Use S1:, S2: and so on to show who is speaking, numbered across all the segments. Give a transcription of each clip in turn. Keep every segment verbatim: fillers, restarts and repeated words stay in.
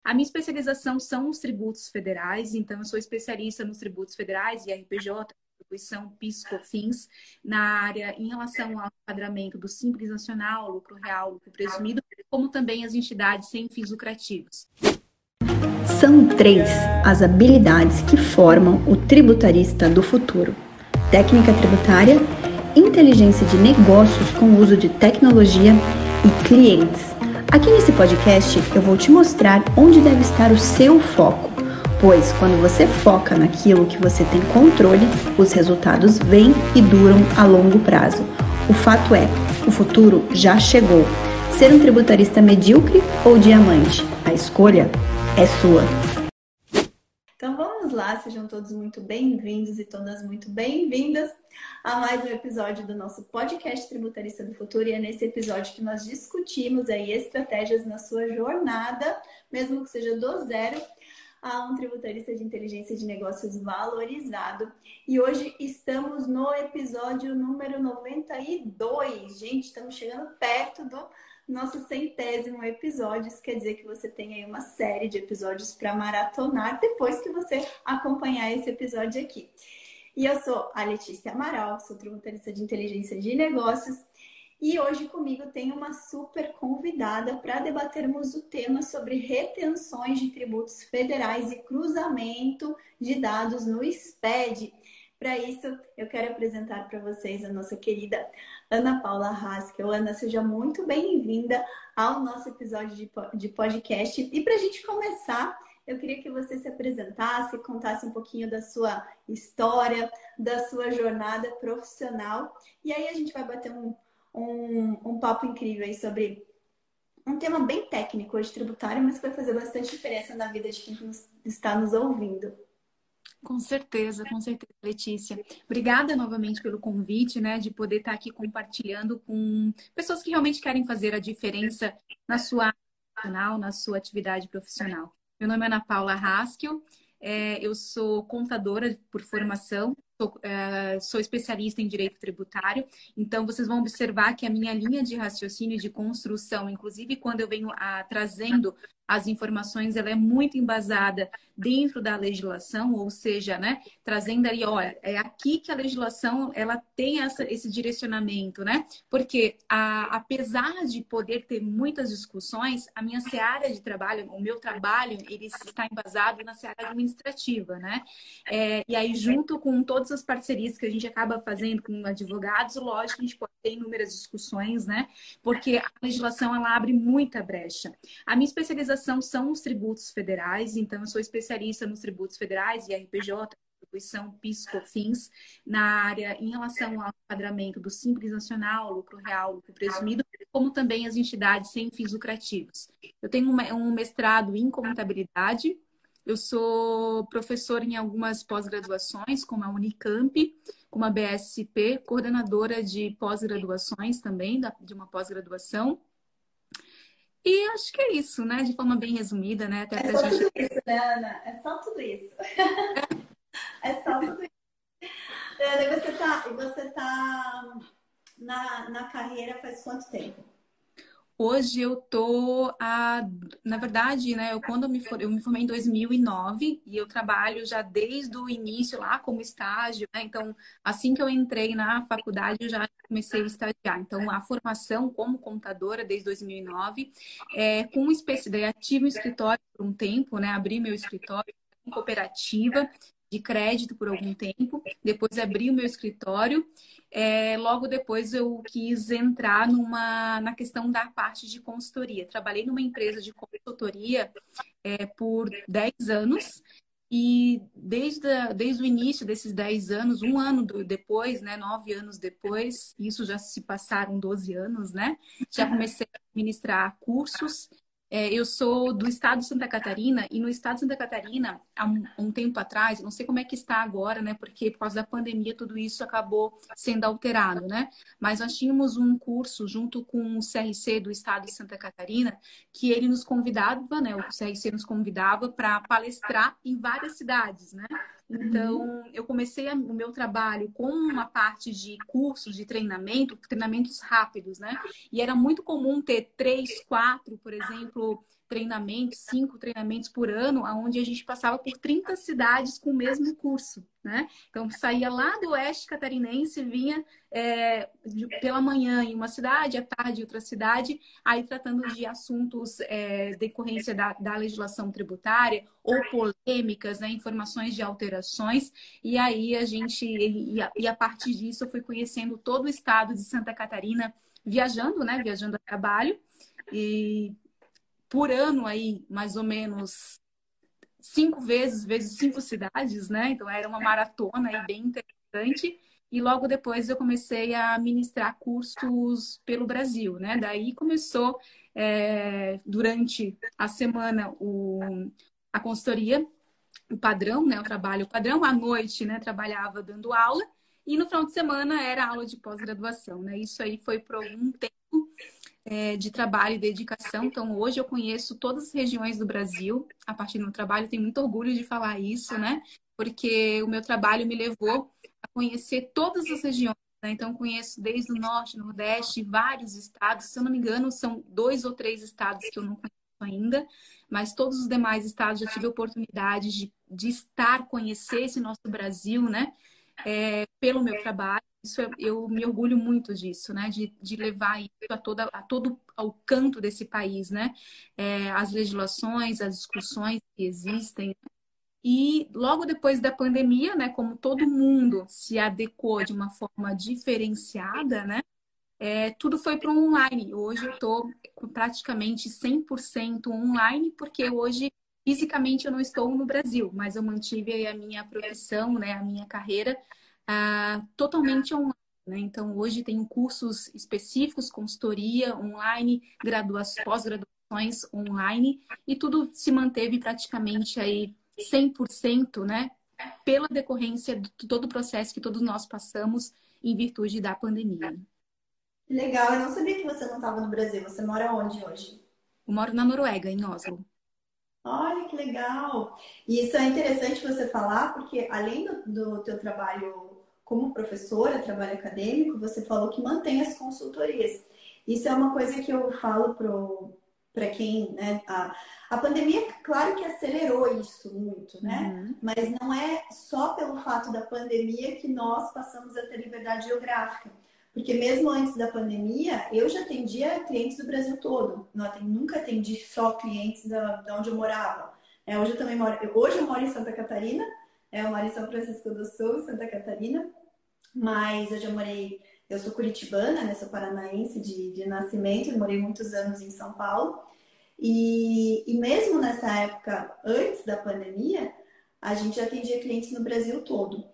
S1: A minha especialização são os tributos federais, então eu sou especialista nos tributos federais, I R P J, contribuição, PIS, COFINS, na área em relação ao enquadramento do Simples Nacional, lucro real, lucro presumido, como também as entidades sem fins lucrativos.
S2: São três as habilidades que formam o tributarista do futuro: técnica tributária, inteligência de negócios com uso de tecnologia e clientes. Aqui nesse podcast eu vou te mostrar onde deve estar o seu foco, pois quando você foca naquilo que você tem controle, os resultados vêm e duram a longo prazo. O fato é, o futuro já chegou. Ser um tributarista medíocre ou diamante? A escolha é sua. Então vamos lá, sejam todos muito bem-vindos e todas muito bem-vindas a mais um episódio do nosso podcast Tributarista do Futuro. E é nesse episódio que nós discutimos aí estratégias na sua jornada, mesmo que seja do zero, a um tributarista de inteligência de negócios valorizado. E hoje estamos no episódio número noventa e dois. Gente, estamos chegando perto do nosso centésimo episódio. Isso quer dizer que você tem aí uma série de episódios para maratonar depois que você acompanhar esse episódio aqui. E eu sou a Letícia Amaral, sou tributarista de inteligência de negócios. E hoje comigo tem uma super convidada para debatermos o tema sobre retenções de tributos federais e cruzamento de dados no S P E D. Para isso, eu quero apresentar para vocês a nossa querida Ana Paula Haskell. Ana, seja muito bem-vinda ao nosso episódio de podcast. E para a gente começar, eu queria que você se apresentasse, contasse um pouquinho da sua história, da sua jornada profissional. E aí a gente vai bater um, um, um papo incrível aí sobre um tema bem técnico hoje tributário, mas que vai fazer bastante diferença na vida de quem nos, está nos ouvindo.
S1: Com certeza, com certeza, Letícia. Obrigada novamente pelo convite, né, de poder estar aqui compartilhando com pessoas que realmente querem fazer a diferença na sua área profissional, na sua atividade profissional. Meu nome é Ana Paula Haskell, é, eu sou contadora por formação, sou, é, sou especialista em direito tributário, então vocês vão observar que a minha linha de raciocínio e de construção, inclusive quando eu venho a, trazendo as informações, ela é muito embasada dentro da legislação, ou seja, né, trazendo aí, olha, é aqui que a legislação ela tem essa, esse direcionamento, né? Porque a, apesar de poder ter muitas discussões, a minha seara de trabalho, o meu trabalho, ele está embasado na seara administrativa, né? É, e aí, junto com todas as parcerias que a gente acaba fazendo com advogados, lógico que a gente pode ter inúmeras discussões, né? Porque a legislação, ela abre muita brecha. A minha especialização são os tributos federais, então eu sou especialista nos tributos federais, I R P J, contribuição, PIS, COFINS, na área em relação ao enquadramento do Simples Nacional, lucro real, lucro presumido, como também as entidades sem fins lucrativos. Eu tenho um mestrado em contabilidade, eu sou professora em algumas pós-graduações, como a Unicamp, como a B S P, coordenadora de pós-graduações também, de uma pós-graduação. E acho que é isso, né? De forma bem resumida, né? Até
S2: é
S1: pra
S2: só
S1: gente...
S2: tudo isso, né, Ana? É só tudo isso. É só tudo isso. Ana, e você tá, você tá na, na carreira faz quanto tempo?
S1: Hoje eu tô, a, na verdade, né, eu, quando eu me, for, eu me formei em dois mil e nove e eu trabalho já desde o início lá como estágio, né? Então, assim que eu entrei na faculdade, eu já comecei a estagiar. Então, a formação como contadora desde dois mil e nove, é, com uma espécie de ativo escritório por um tempo, né? Abri meu escritório em cooperativa de crédito por algum tempo, depois abri o meu escritório. É, logo depois eu quis entrar numa, na questão da parte de consultoria. Trabalhei numa empresa de consultoria é, por dez anos e desde, a, desde o início desses dez anos, um ano do, depois, né, nove anos depois, isso já se passaram doze anos, né? Já comecei a ministrar cursos. É, eu sou do estado de Santa Catarina e no estado de Santa Catarina, há um, um tempo atrás, não sei como é que está agora, né? Porque por causa da pandemia tudo isso acabou sendo alterado, né? Mas nós tínhamos um curso junto com o C R C do estado de Santa Catarina que ele nos convidava, né? O C R C nos convidava para palestrar em várias cidades, né? Então, eu comecei o meu trabalho com uma parte de cursos de treinamento, treinamentos rápidos, né? E era muito comum ter três, quatro, por exemplo, exemplo, treinamentos, cinco treinamentos por ano, onde a gente passava por trinta cidades com o mesmo curso, né? Então, saía lá do oeste catarinense, vinha é, de, pela manhã em uma cidade, à tarde em outra cidade, aí tratando de assuntos é, decorrência da, da legislação tributária ou polêmicas, né? Informações de alterações, e aí a gente, e a, e a partir disso eu fui conhecendo todo o estado de Santa Catarina, viajando, né? Viajando a trabalho, e por ano aí, mais ou menos cinco vezes, vezes cinco cidades, né? Então era uma maratona aí bem interessante. E logo depois eu comecei a ministrar cursos pelo Brasil, né? Daí começou, é, durante a semana, o, a consultoria, o padrão, né? O trabalho padrão. À noite, né? Trabalhava dando aula. E no final de semana era aula de pós-graduação, né? Isso aí foi por algum tempo é, de trabalho e dedicação. Então, hoje eu conheço todas as regiões do Brasil a partir do meu trabalho. Tenho muito orgulho de falar isso, né? Porque o meu trabalho me levou a conhecer todas as regiões, né? Então, conheço desde o Norte, Nordeste, vários estados. Se eu não me engano, são dois ou três estados que eu não conheço ainda, mas todos os demais estados já tive a oportunidade de, de estar, conhecer esse nosso Brasil, né? É, pelo meu trabalho. Isso eu, eu me orgulho muito disso, né? De, de levar isso a, toda, a todo ao canto desse país, né? É, as legislações, as discussões que existem. E logo depois da pandemia, né? Como todo mundo se adequou de uma forma diferenciada, né? É, tudo foi para o online. Hoje eu estou praticamente cem por cento online, porque hoje fisicamente eu não estou no Brasil, mas eu mantive aí a minha profissão, né? A minha carreira ah, totalmente online, né? Então, hoje tenho cursos específicos, consultoria online, graduações, pós-graduações online, e tudo se manteve praticamente aí cem por cento, né? Pela decorrência de todo o processo que todos nós passamos em virtude da pandemia.
S2: Legal, eu não sabia que você não estava no Brasil. Você mora onde hoje?
S1: Eu moro na Noruega, em Oslo.
S2: Olha que legal! E isso é interessante você falar, porque além do, do teu trabalho como professora, trabalho acadêmico, você falou que mantém as consultorias. Isso é uma coisa que eu falo para quem, né? A, a pandemia, claro que acelerou isso muito, né?
S1: Uhum.
S2: Mas não é só pelo fato da pandemia que nós passamos a ter liberdade geográfica. Porque mesmo antes da pandemia, eu já atendia clientes do Brasil todo. Não, nunca atendi só clientes da, da onde eu morava. É, hoje eu também moro, hoje eu moro em Santa Catarina, é, eu moro em São Francisco do Sul, Santa Catarina, mas eu já morei, eu sou curitibana, né, sou paranaense de, de nascimento, eu morei muitos anos em São Paulo. E, e mesmo nessa época, antes da pandemia, a gente já atendia clientes no Brasil todo.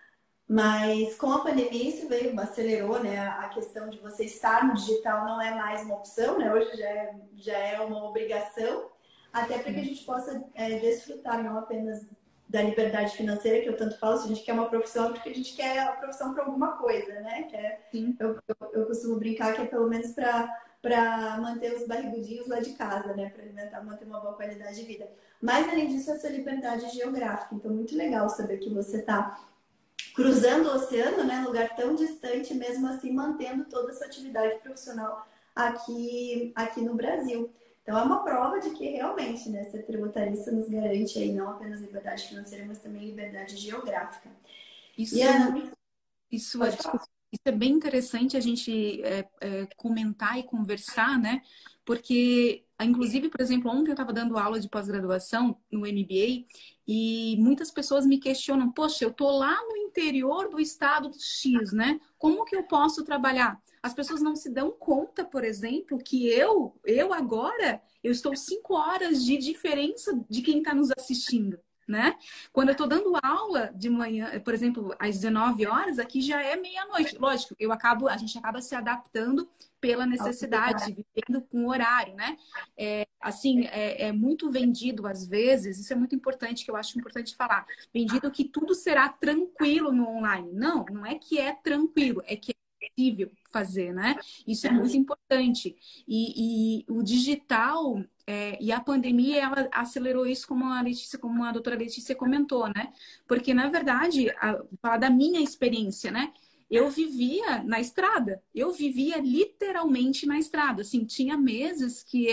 S2: Mas com a pandemia isso veio, acelerou, né? A questão de você estar no digital não é mais uma opção, né? Hoje já é, já é uma obrigação, até para que a gente possa é, desfrutar não apenas da liberdade financeira, que eu tanto falo, se a gente quer uma profissão, é porque a gente quer a profissão para alguma coisa, né? Que é, eu, eu, eu costumo brincar que é pelo menos para manter os barrigudinhos lá de casa, né? Para alimentar, manter uma boa qualidade de vida. Mas, além disso, essa liberdade geográfica. Então, muito legal saber que você está cruzando o oceano, né, lugar tão distante, mesmo assim mantendo toda essa atividade profissional aqui, aqui no Brasil. Então é uma prova de que realmente, né, ser tributarista nos garante aí não apenas liberdade financeira, mas também liberdade geográfica.
S1: Isso, e a... isso, é, desculpa, isso é bem interessante a gente é, é, comentar e conversar, né? Porque, inclusive, por exemplo, ontem eu estava dando aula de pós-graduação no M B A e muitas pessoas me questionam, poxa, eu tô lá no interior do estado X, né? Como que eu posso trabalhar? As pessoas não se dão conta, por exemplo, que eu, eu agora, eu estou cinco horas de diferença de quem está nos assistindo, né? Quando eu estou dando aula de manhã, por exemplo, às dezenove horas, aqui já é meia-noite. Lógico, eu acabo, a gente acaba se adaptando pela necessidade, vivendo com o horário, né? É, assim, é, é muito vendido às vezes, isso é muito importante, que eu acho importante falar, vendido que tudo será tranquilo no online. Não, não é que é tranquilo, é que é possível fazer, né? Isso é muito importante. E, e o digital é, e a pandemia, ela acelerou isso, como a Letícia, como a doutora Letícia comentou, né? Porque, na verdade, a, falar da minha experiência, né? Eu vivia na estrada, eu vivia literalmente na estrada. Assim, tinha meses que eu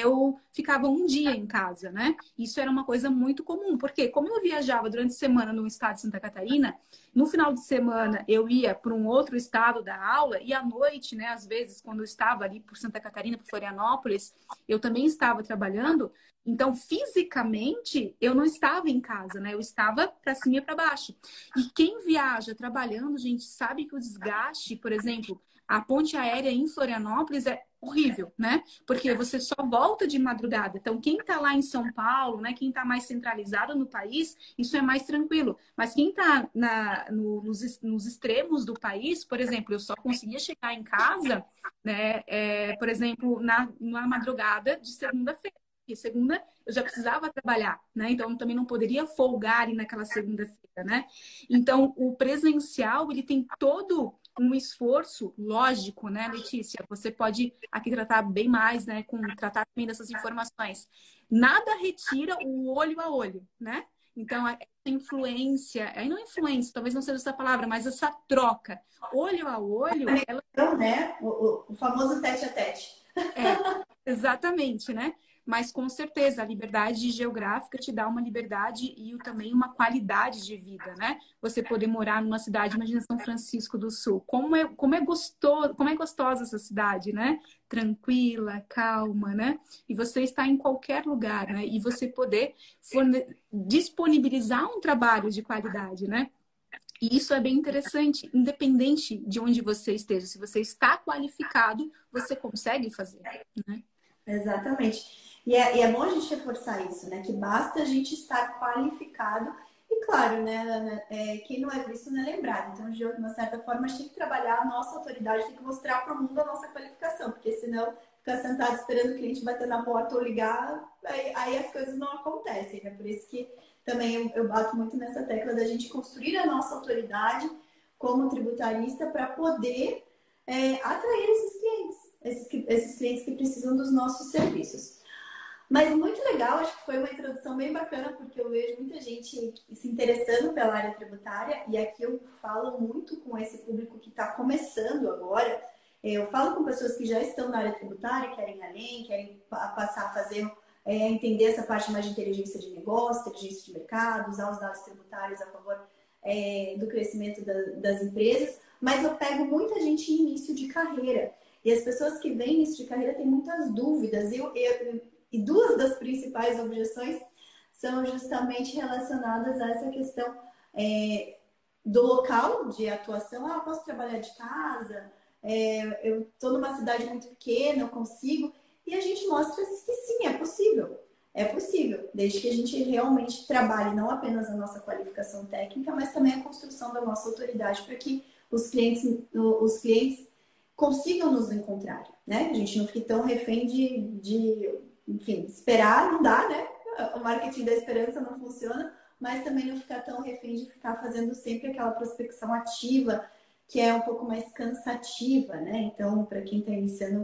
S1: ficava um dia em casa, né? Isso era uma coisa muito comum, porque como eu viajava durante a semana no estado de Santa Catarina, no final de semana eu ia para um outro estado dar aula e à noite, né, às vezes, quando eu estava ali por Santa Catarina, por Florianópolis, eu também estava trabalhando. Então, fisicamente, eu não estava em casa, né? Eu estava para cima e para baixo. E quem viaja trabalhando, gente, sabe que o desgaste, por exemplo, a ponte aérea em Florianópolis é horrível, né? Porque você só volta de madrugada. Então, quem está lá em São Paulo, né? Quem está mais centralizado no país, isso é mais tranquilo. Mas quem está no, nos, nos extremos do país, por exemplo, eu só conseguia chegar em casa, né? É, por exemplo, na, na madrugada de segunda-feira. Porque segunda eu já precisava trabalhar, né? Então, eu também não poderia folgar ali naquela segunda-feira, né? Então, o presencial, ele tem todo um esforço lógico, né, Letícia? Você pode aqui tratar bem mais, né, com tratar também dessas informações. Nada retira o olho a olho, né? Então, essa influência, aí não influência, talvez não seja essa palavra, mas essa troca, olho a olho, ela...
S3: Então, né? O, o, o famoso tete a tete.
S1: É, exatamente, né? Mas com certeza a liberdade geográfica te dá uma liberdade e também uma qualidade de vida, né? Você poder morar numa cidade, imagina São Francisco do Sul. Como é, como é gostoso, como é gostosa essa cidade, né? Tranquila, calma, né? E você está em qualquer lugar, né? E você poder forne... disponibilizar um trabalho de qualidade, né? E isso é bem interessante, independente de onde você esteja. Se você está qualificado, você consegue fazer, né?
S3: Exatamente. E é, e é bom a gente reforçar isso, né? Que basta a gente estar qualificado. E claro, né, Ana, é, quem não é visto não é lembrado. Então, de uma certa forma, a gente tem que trabalhar a nossa autoridade, tem que mostrar para o mundo a nossa qualificação, porque senão ficar sentado esperando o cliente bater na porta ou ligar, aí, aí as coisas não acontecem, né? Por isso que também eu, eu bato muito nessa tecla da gente construir a nossa autoridade como tributarista para poder é, atrair esses clientes, esses, esses clientes que precisam dos nossos serviços. Mas muito legal, acho que foi uma introdução bem bacana, porque eu vejo muita gente se interessando pela área tributária, e aqui eu falo muito com esse público que está começando agora. Eu falo com pessoas que já estão na área tributária, querem ir além, querem passar a fazer, é, entender essa parte mais de inteligência de negócio, inteligência de mercado, usar os dados tributários a favor é, do crescimento da, das empresas, mas eu pego muita gente em início de carreira. E as pessoas que vêm em início de carreira têm muitas dúvidas. Eu, eu, e duas das principais objeções são justamente relacionadas a essa questão é, do local de atuação. Ah, eu posso trabalhar de casa? É, eu estou numa cidade muito pequena, eu consigo? E a gente mostra que sim, é possível. É possível, desde que a gente realmente trabalhe não apenas a nossa qualificação técnica, mas também a construção da nossa autoridade para que os clientes, os clientes consigam nos encontrar, né? A gente não fique tão refém de, de, enfim, esperar, não dá, né? O marketing da esperança não funciona, mas também não ficar tão refém de ficar fazendo sempre aquela prospecção ativa, que é um pouco mais cansativa, né? Então, para quem está iniciando,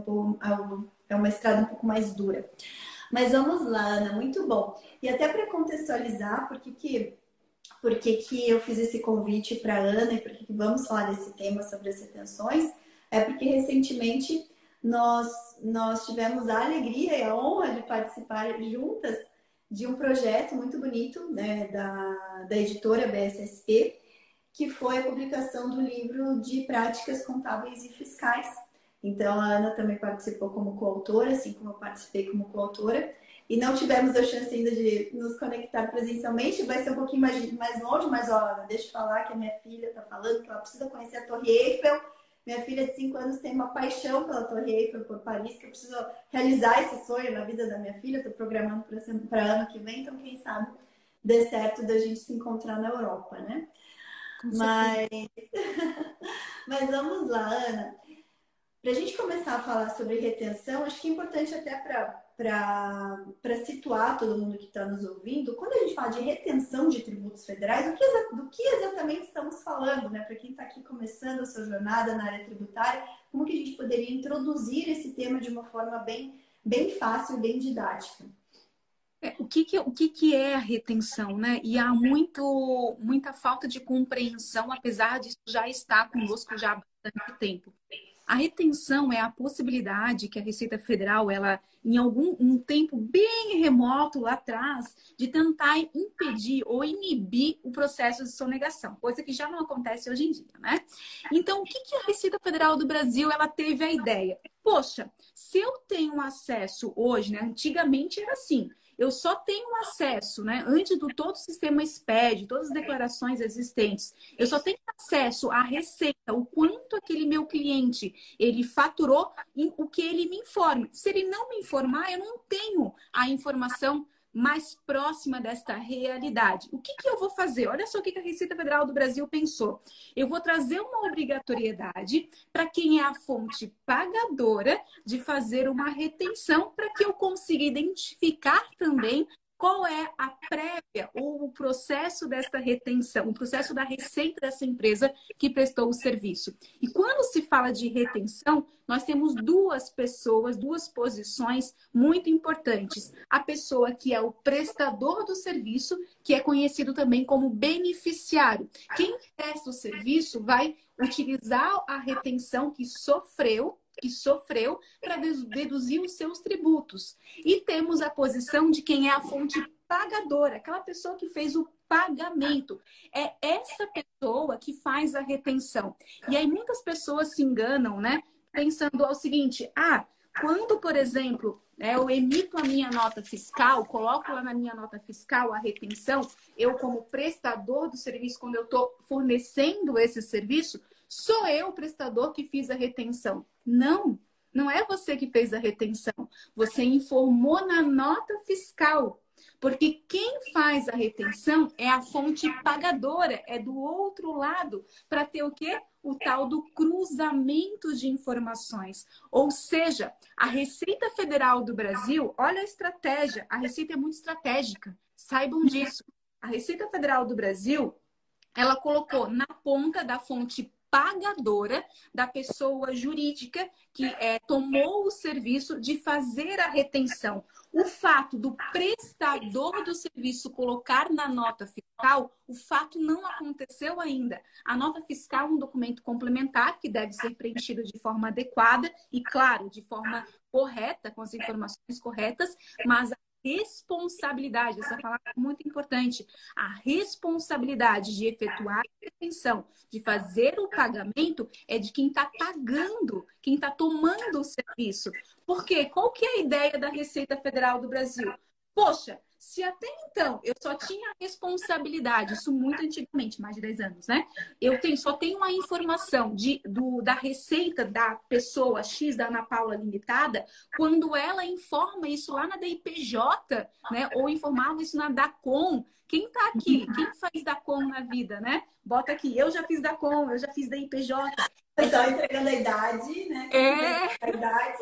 S3: é uma estrada um pouco mais dura. Mas vamos lá, Ana, muito bom. E até para contextualizar, por que que, por que que eu fiz esse convite para a Ana e por que que vamos falar desse tema sobre as retenções, é porque recentemente nós, nós tivemos a alegria e a honra de participar juntas de um projeto muito bonito, né, da, da editora B S S P, que foi a publicação do livro de práticas contábeis e fiscais. Então, a Ana também participou como coautora, assim como eu participei como coautora. E não tivemos a chance ainda de nos conectar presencialmente. Vai ser um pouquinho mais, mais longe, mas, ó, Ana, deixa eu falar que a minha filha está falando que ela precisa conhecer a Torre Eiffel. Minha filha de cinco anos tem uma paixão pela Torre Eiffel, por Paris, que eu preciso realizar esse sonho na vida da minha filha. Estou programando para ano que vem, então quem sabe dê certo da gente se encontrar na Europa, né? Mas... Mas vamos lá, Ana. Para a gente começar a falar sobre retenção, acho que é importante até para situar todo mundo que está nos ouvindo, quando a gente fala de retenção de tributos federais, do que, do que exatamente estamos falando, né? Para quem está aqui começando a sua jornada na área tributária, como que a gente poderia introduzir esse tema de uma forma bem, bem fácil e bem didática?
S1: É, o que que, o que que é a retenção, né? E há muito, muita falta de compreensão, apesar disso já estar conosco já há bastante tempo. A retenção é a possibilidade que a Receita Federal, ela, em algum um tempo bem remoto lá atrás, de tentar impedir ou inibir o processo de sonegação, coisa que já não acontece hoje em dia, né? Então, o que, que a Receita Federal do Brasil, ela teve a ideia? Poxa, se eu tenho acesso hoje, né? Antigamente era assim, eu só tenho acesso, né? Antes do todo o sistema SPED, todas as declarações existentes, eu só tenho acesso à receita, o quanto aquele meu cliente ele faturou, o que ele me informa. Se ele não me informar, eu não tenho a informação mais próxima desta realidade. O que, que eu vou fazer? Olha só o que a Receita Federal do Brasil pensou. Eu vou trazer uma obrigatoriedade para quem é a fonte pagadora de fazer uma retenção para que eu consiga identificar também qual é a prévia ou o processo desta retenção, o processo da receita dessa empresa que prestou o serviço. E quando se fala de retenção, nós temos duas pessoas, duas posições muito importantes. A pessoa que é o prestador do serviço, que é conhecido também como beneficiário. Quem presta o serviço vai utilizar a retenção que sofreu que sofreu para deduzir os seus tributos. E temos a posição de quem é a fonte pagadora, aquela pessoa que fez o pagamento. É essa pessoa que faz a retenção. E aí muitas pessoas se enganam, né? Pensando ao seguinte, ah, quando, por exemplo, né, eu emito a minha nota fiscal, coloco lá na minha nota fiscal a retenção, eu como prestador do serviço, quando eu estou fornecendo esse serviço, sou eu o prestador que fiz a retenção. Não, não é você que fez a retenção. Você informou na nota fiscal. Porque quem faz a retenção é a fonte pagadora, é do outro lado, para ter o quê? O tal do cruzamento de informações. Ou seja, a Receita Federal do Brasil, olha a estratégia, a Receita é muito estratégica, saibam disso. A Receita Federal do Brasil, ela colocou na ponta da fonte pagadora da pessoa jurídica que é, tomou o serviço de fazer a retenção. O fato do prestador do serviço colocar na nota fiscal, o fato não aconteceu ainda. A nota fiscal é um documento complementar que deve ser preenchido de forma adequada e, claro, de forma correta, com as informações corretas, mas a responsabilidade, essa palavra é muito importante, a responsabilidade de efetuar a retenção, de fazer o pagamento é de quem está pagando, quem está tomando o serviço. Por quê? Qual que é a ideia da Receita Federal do Brasil? Poxa, se até então eu só tinha a responsabilidade, isso muito antigamente, mais de dez anos, né? Eu tenho, só tenho a informação de, do, da receita da pessoa X da Ana Paula Limitada, quando ela informa isso lá na D I P J, né? Ou informava isso na DACOM. Quem tá aqui? Quem faz DACOM na vida, né? Bota aqui, eu já fiz DACOM, eu já fiz D I P J.
S3: Só entregando a idade, né?
S1: É.
S3: A idade.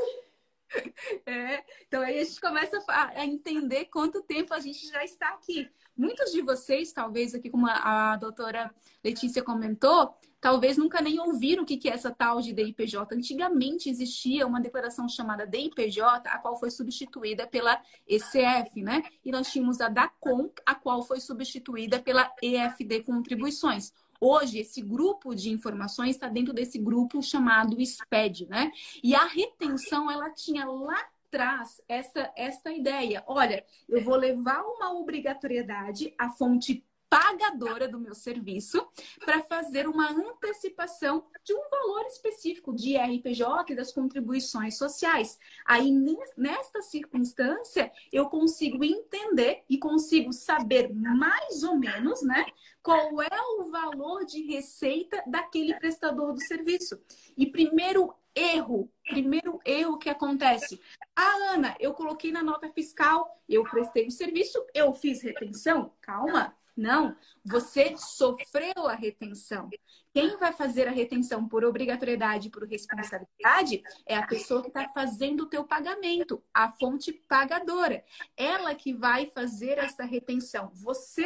S1: É, então aí a gente começa a entender quanto tempo a gente já está aqui. Muitos de vocês, talvez aqui como a, a doutora Letícia comentou, talvez nunca nem ouviram o que é essa tal de D I P J. Antigamente existia uma declaração chamada D I P J, a qual foi substituída pela E C F, né? E nós tínhamos a DACOM, a qual foi substituída pela E F D Contribuições. Hoje, esse grupo de informações está dentro desse grupo chamado SPED, né? E a retenção, ela tinha lá atrás essa, essa ideia. Olha, eu vou levar uma obrigatoriedade à fonte pagadora do meu serviço para fazer uma antecipação de um valor específico de R P J e das contribuições sociais. Aí, nesta circunstância, eu consigo entender e consigo saber mais ou menos, né, qual é o valor de receita daquele prestador do serviço. E primeiro erro, primeiro erro que acontece. Ah, Ana, eu coloquei na nota fiscal, eu prestei o serviço, eu fiz retenção. Calma. Não, você sofreu a retenção. Quem vai fazer a retenção por obrigatoriedade e por responsabilidade é a pessoa que está fazendo o teu pagamento, a fonte pagadora. Ela que vai fazer essa retenção. Você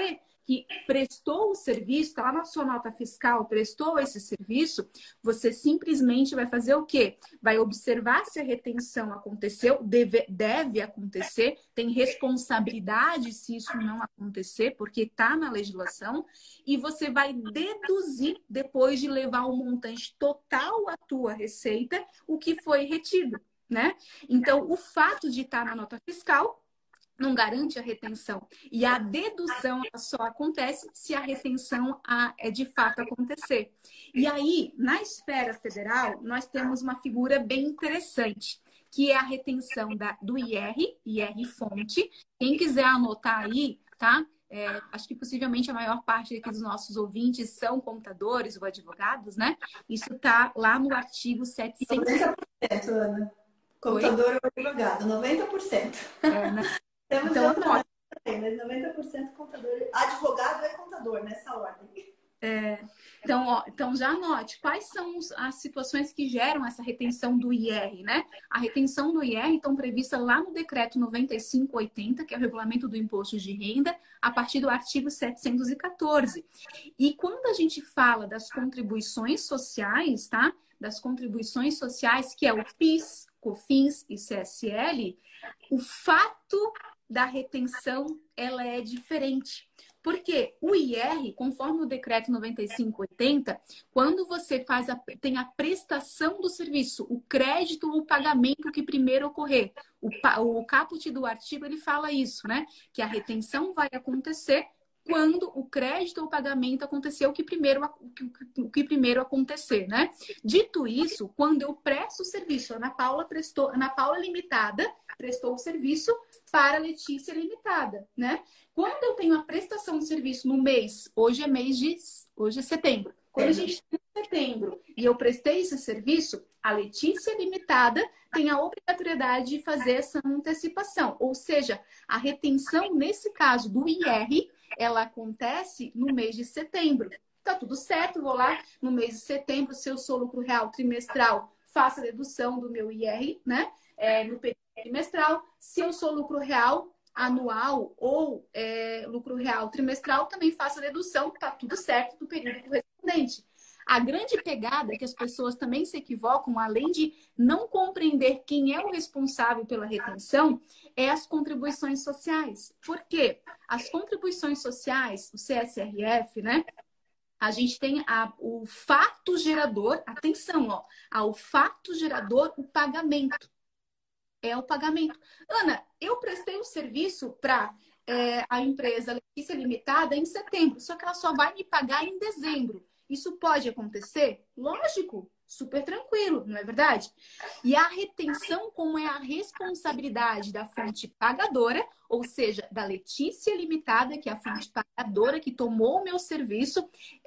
S1: que prestou o serviço, está lá na sua nota fiscal, prestou esse serviço, você simplesmente vai fazer o quê? Vai observar se a retenção aconteceu, deve, deve acontecer, tem responsabilidade se isso não acontecer, porque está na legislação, e você vai deduzir, depois de levar o montante total à tua receita, o que foi retido, né? Então, o fato de estar na nota fiscal não garante a retenção. E a dedução só acontece se a retenção é de fato acontecer. E aí, na esfera federal, nós temos uma figura bem interessante, que é a retenção da, do I R, I R fonte. Quem quiser anotar aí, tá? É, acho que possivelmente a maior parte aqui dos nossos ouvintes são contadores ou advogados, né? Isso está lá no artigo setecentos.
S3: noventa por cento, Ana. Contador ou advogado, noventa por cento.
S1: É, né?
S3: Temos
S1: então,
S3: outra também, mas noventa por cento contador. Advogado é contador, nessa ordem.
S1: É, então, ó, então, já anote quais são as situações que geram essa retenção do I R, né? A retenção do I R estão prevista lá no decreto noventa e cinco oitenta, que é o regulamento do imposto de renda, a partir do artigo setecentos e quatorze. E quando a gente fala das contribuições sociais, tá? Das contribuições sociais, que é o PIS, COFINS e C S L, o fato da retenção ela é diferente. Porque o I R, conforme o decreto noventa e cinco oitenta, quando você faz a, tem a prestação do serviço, o crédito ou o pagamento que primeiro ocorrer, o, o caput do artigo ele fala isso, né? Que a retenção vai acontecer quando o crédito ou o pagamento aconteceu o que primeiro, o que, o que primeiro acontecer, né? Dito isso, quando eu presto o serviço, a Ana Paula prestou, Ana Paula Limitada prestou o serviço para a Letícia Limitada, né? Quando eu tenho a prestação de serviço no mês, hoje é mês de, hoje é setembro. Quando a gente tem setembro e eu prestei esse serviço, a Letícia Limitada tem a obrigatoriedade de fazer essa antecipação, ou seja, a retenção nesse caso do I R, ela acontece no mês de setembro. Tá tudo certo, vou lá no mês de setembro, se eu sou lucro real trimestral, faço a dedução do meu I R, né? É, no período trimestral. Se eu sou lucro real anual ou é, lucro real trimestral, também faço a dedução, tá tudo certo do período correspondente. A grande pegada que as pessoas também se equivocam, além de não compreender quem é o responsável pela retenção, é as contribuições sociais. Por quê? As contribuições sociais, o C S R F, né? A gente tem a, o fato gerador, atenção, ó, ao fato gerador, o pagamento. É o pagamento. Ana, eu prestei o serviço para é, a empresa Letícia Limitada em setembro, só que ela só vai me pagar em dezembro. Isso pode acontecer? Lógico, super tranquilo, não é verdade? E a retenção, como é a responsabilidade da fonte pagadora, ou seja, da Letícia Limitada, que é a fonte pagadora que tomou o meu serviço,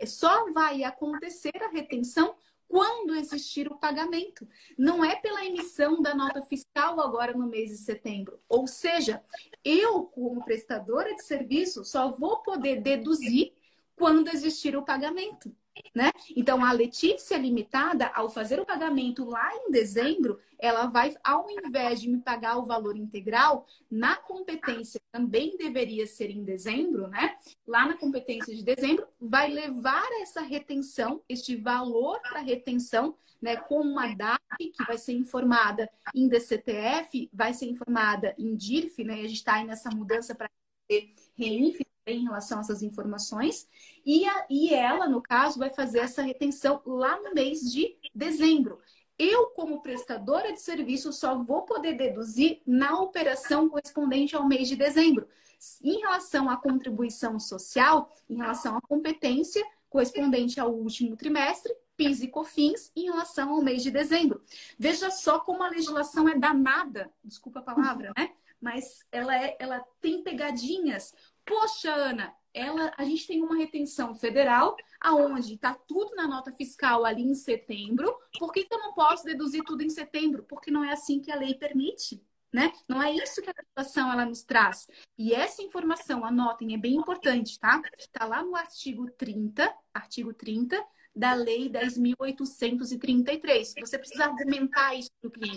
S1: só vai acontecer a retenção quando existir o pagamento. Não é pela emissão da nota fiscal agora no mês de setembro. Ou seja, eu, como prestadora de serviço, só vou poder deduzir quando existir o pagamento, né? Então, a Letícia Limitada, ao fazer o pagamento lá em dezembro, ela vai, ao invés de me pagar o valor integral, na competência também deveria ser em dezembro, né? Lá na competência de dezembro, vai levar essa retenção, este valor para retenção, né, com uma D A F que vai ser informada em D C T F, vai ser informada em D I R F, né? A gente está aí nessa mudança para ter REINF em relação a essas informações, e, a, e ela, no caso, vai fazer essa retenção lá no mês de dezembro. Eu, como prestadora de serviço, só vou poder deduzir na operação correspondente ao mês de dezembro. Em relação à contribuição social, em relação à competência correspondente ao último trimestre, PIS e COFINS, em relação ao mês de dezembro. Veja só como a legislação é danada, desculpa a palavra, né? Mas ela, é, ela tem pegadinhas. Poxa, Ana, ela, a gente tem uma retenção federal, aonde está tudo na nota fiscal ali em setembro. Por que, que eu não posso deduzir tudo em setembro? Porque não é assim que a lei permite, né? Não é isso que a legislação ela nos traz. E essa informação, anotem, é bem importante, tá? Está lá no artigo trinta, artigo trinta da Lei dez mil oitocentos e trinta e três. Você precisa argumentar isso para o cliente.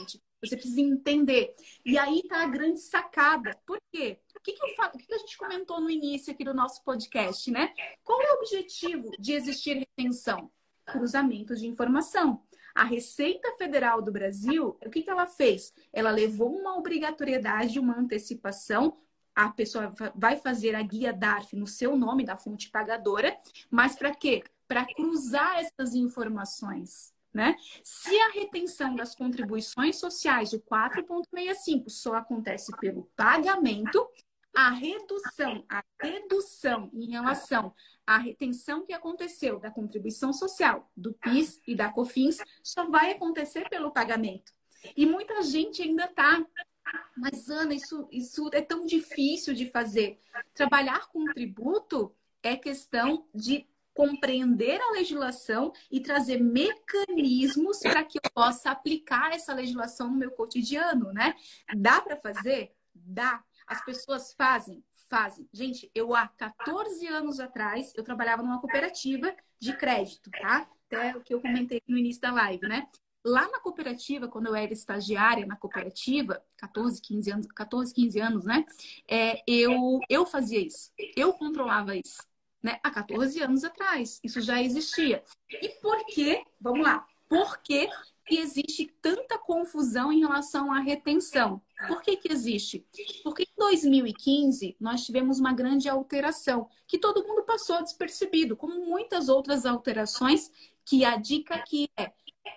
S1: Você precisa entender. E aí tá a grande sacada. Por quê? O que, que, eu falo, o que, que a gente comentou no início aqui do nosso podcast, né? Qual é o objetivo de existir retenção? Cruzamento de informação. A Receita Federal do Brasil, o que, que ela fez? Ela levou uma obrigatoriedade, uma antecipação. A pessoa vai fazer a guia D A R F no seu nome, da fonte pagadora, mas para quê? Para cruzar essas informações. Né? Se a retenção das contribuições sociais, o quatro ponto sessenta e cinco, só acontece pelo pagamento, a redução, a redução em relação à retenção que aconteceu da contribuição social, do PIS e da COFINS, só vai acontecer pelo pagamento. E muita gente ainda está... Mas, Ana, isso, isso é tão difícil de fazer. Trabalhar com tributo é questão de compreender a legislação e trazer mecanismos para que eu possa aplicar essa legislação no meu cotidiano, né? Dá para fazer? Dá. As pessoas fazem? Fazem. Gente, eu há quatorze anos atrás, eu trabalhava numa cooperativa de crédito, tá? Até o que eu comentei no início da live, né? Lá na cooperativa, quando eu era estagiária na cooperativa, quatorze, quinze anos, quatorze, quinze anos, né? É, eu, eu fazia isso. Eu controlava isso. Né? Há quatorze anos atrás. Isso já existia. E por que, vamos lá, por que que existe tanta confusão em relação à retenção? Por que que existe? Porque em dois mil e quinze nós tivemos uma grande alteração que todo mundo passou despercebido, como muitas outras alterações, que a dica aqui é: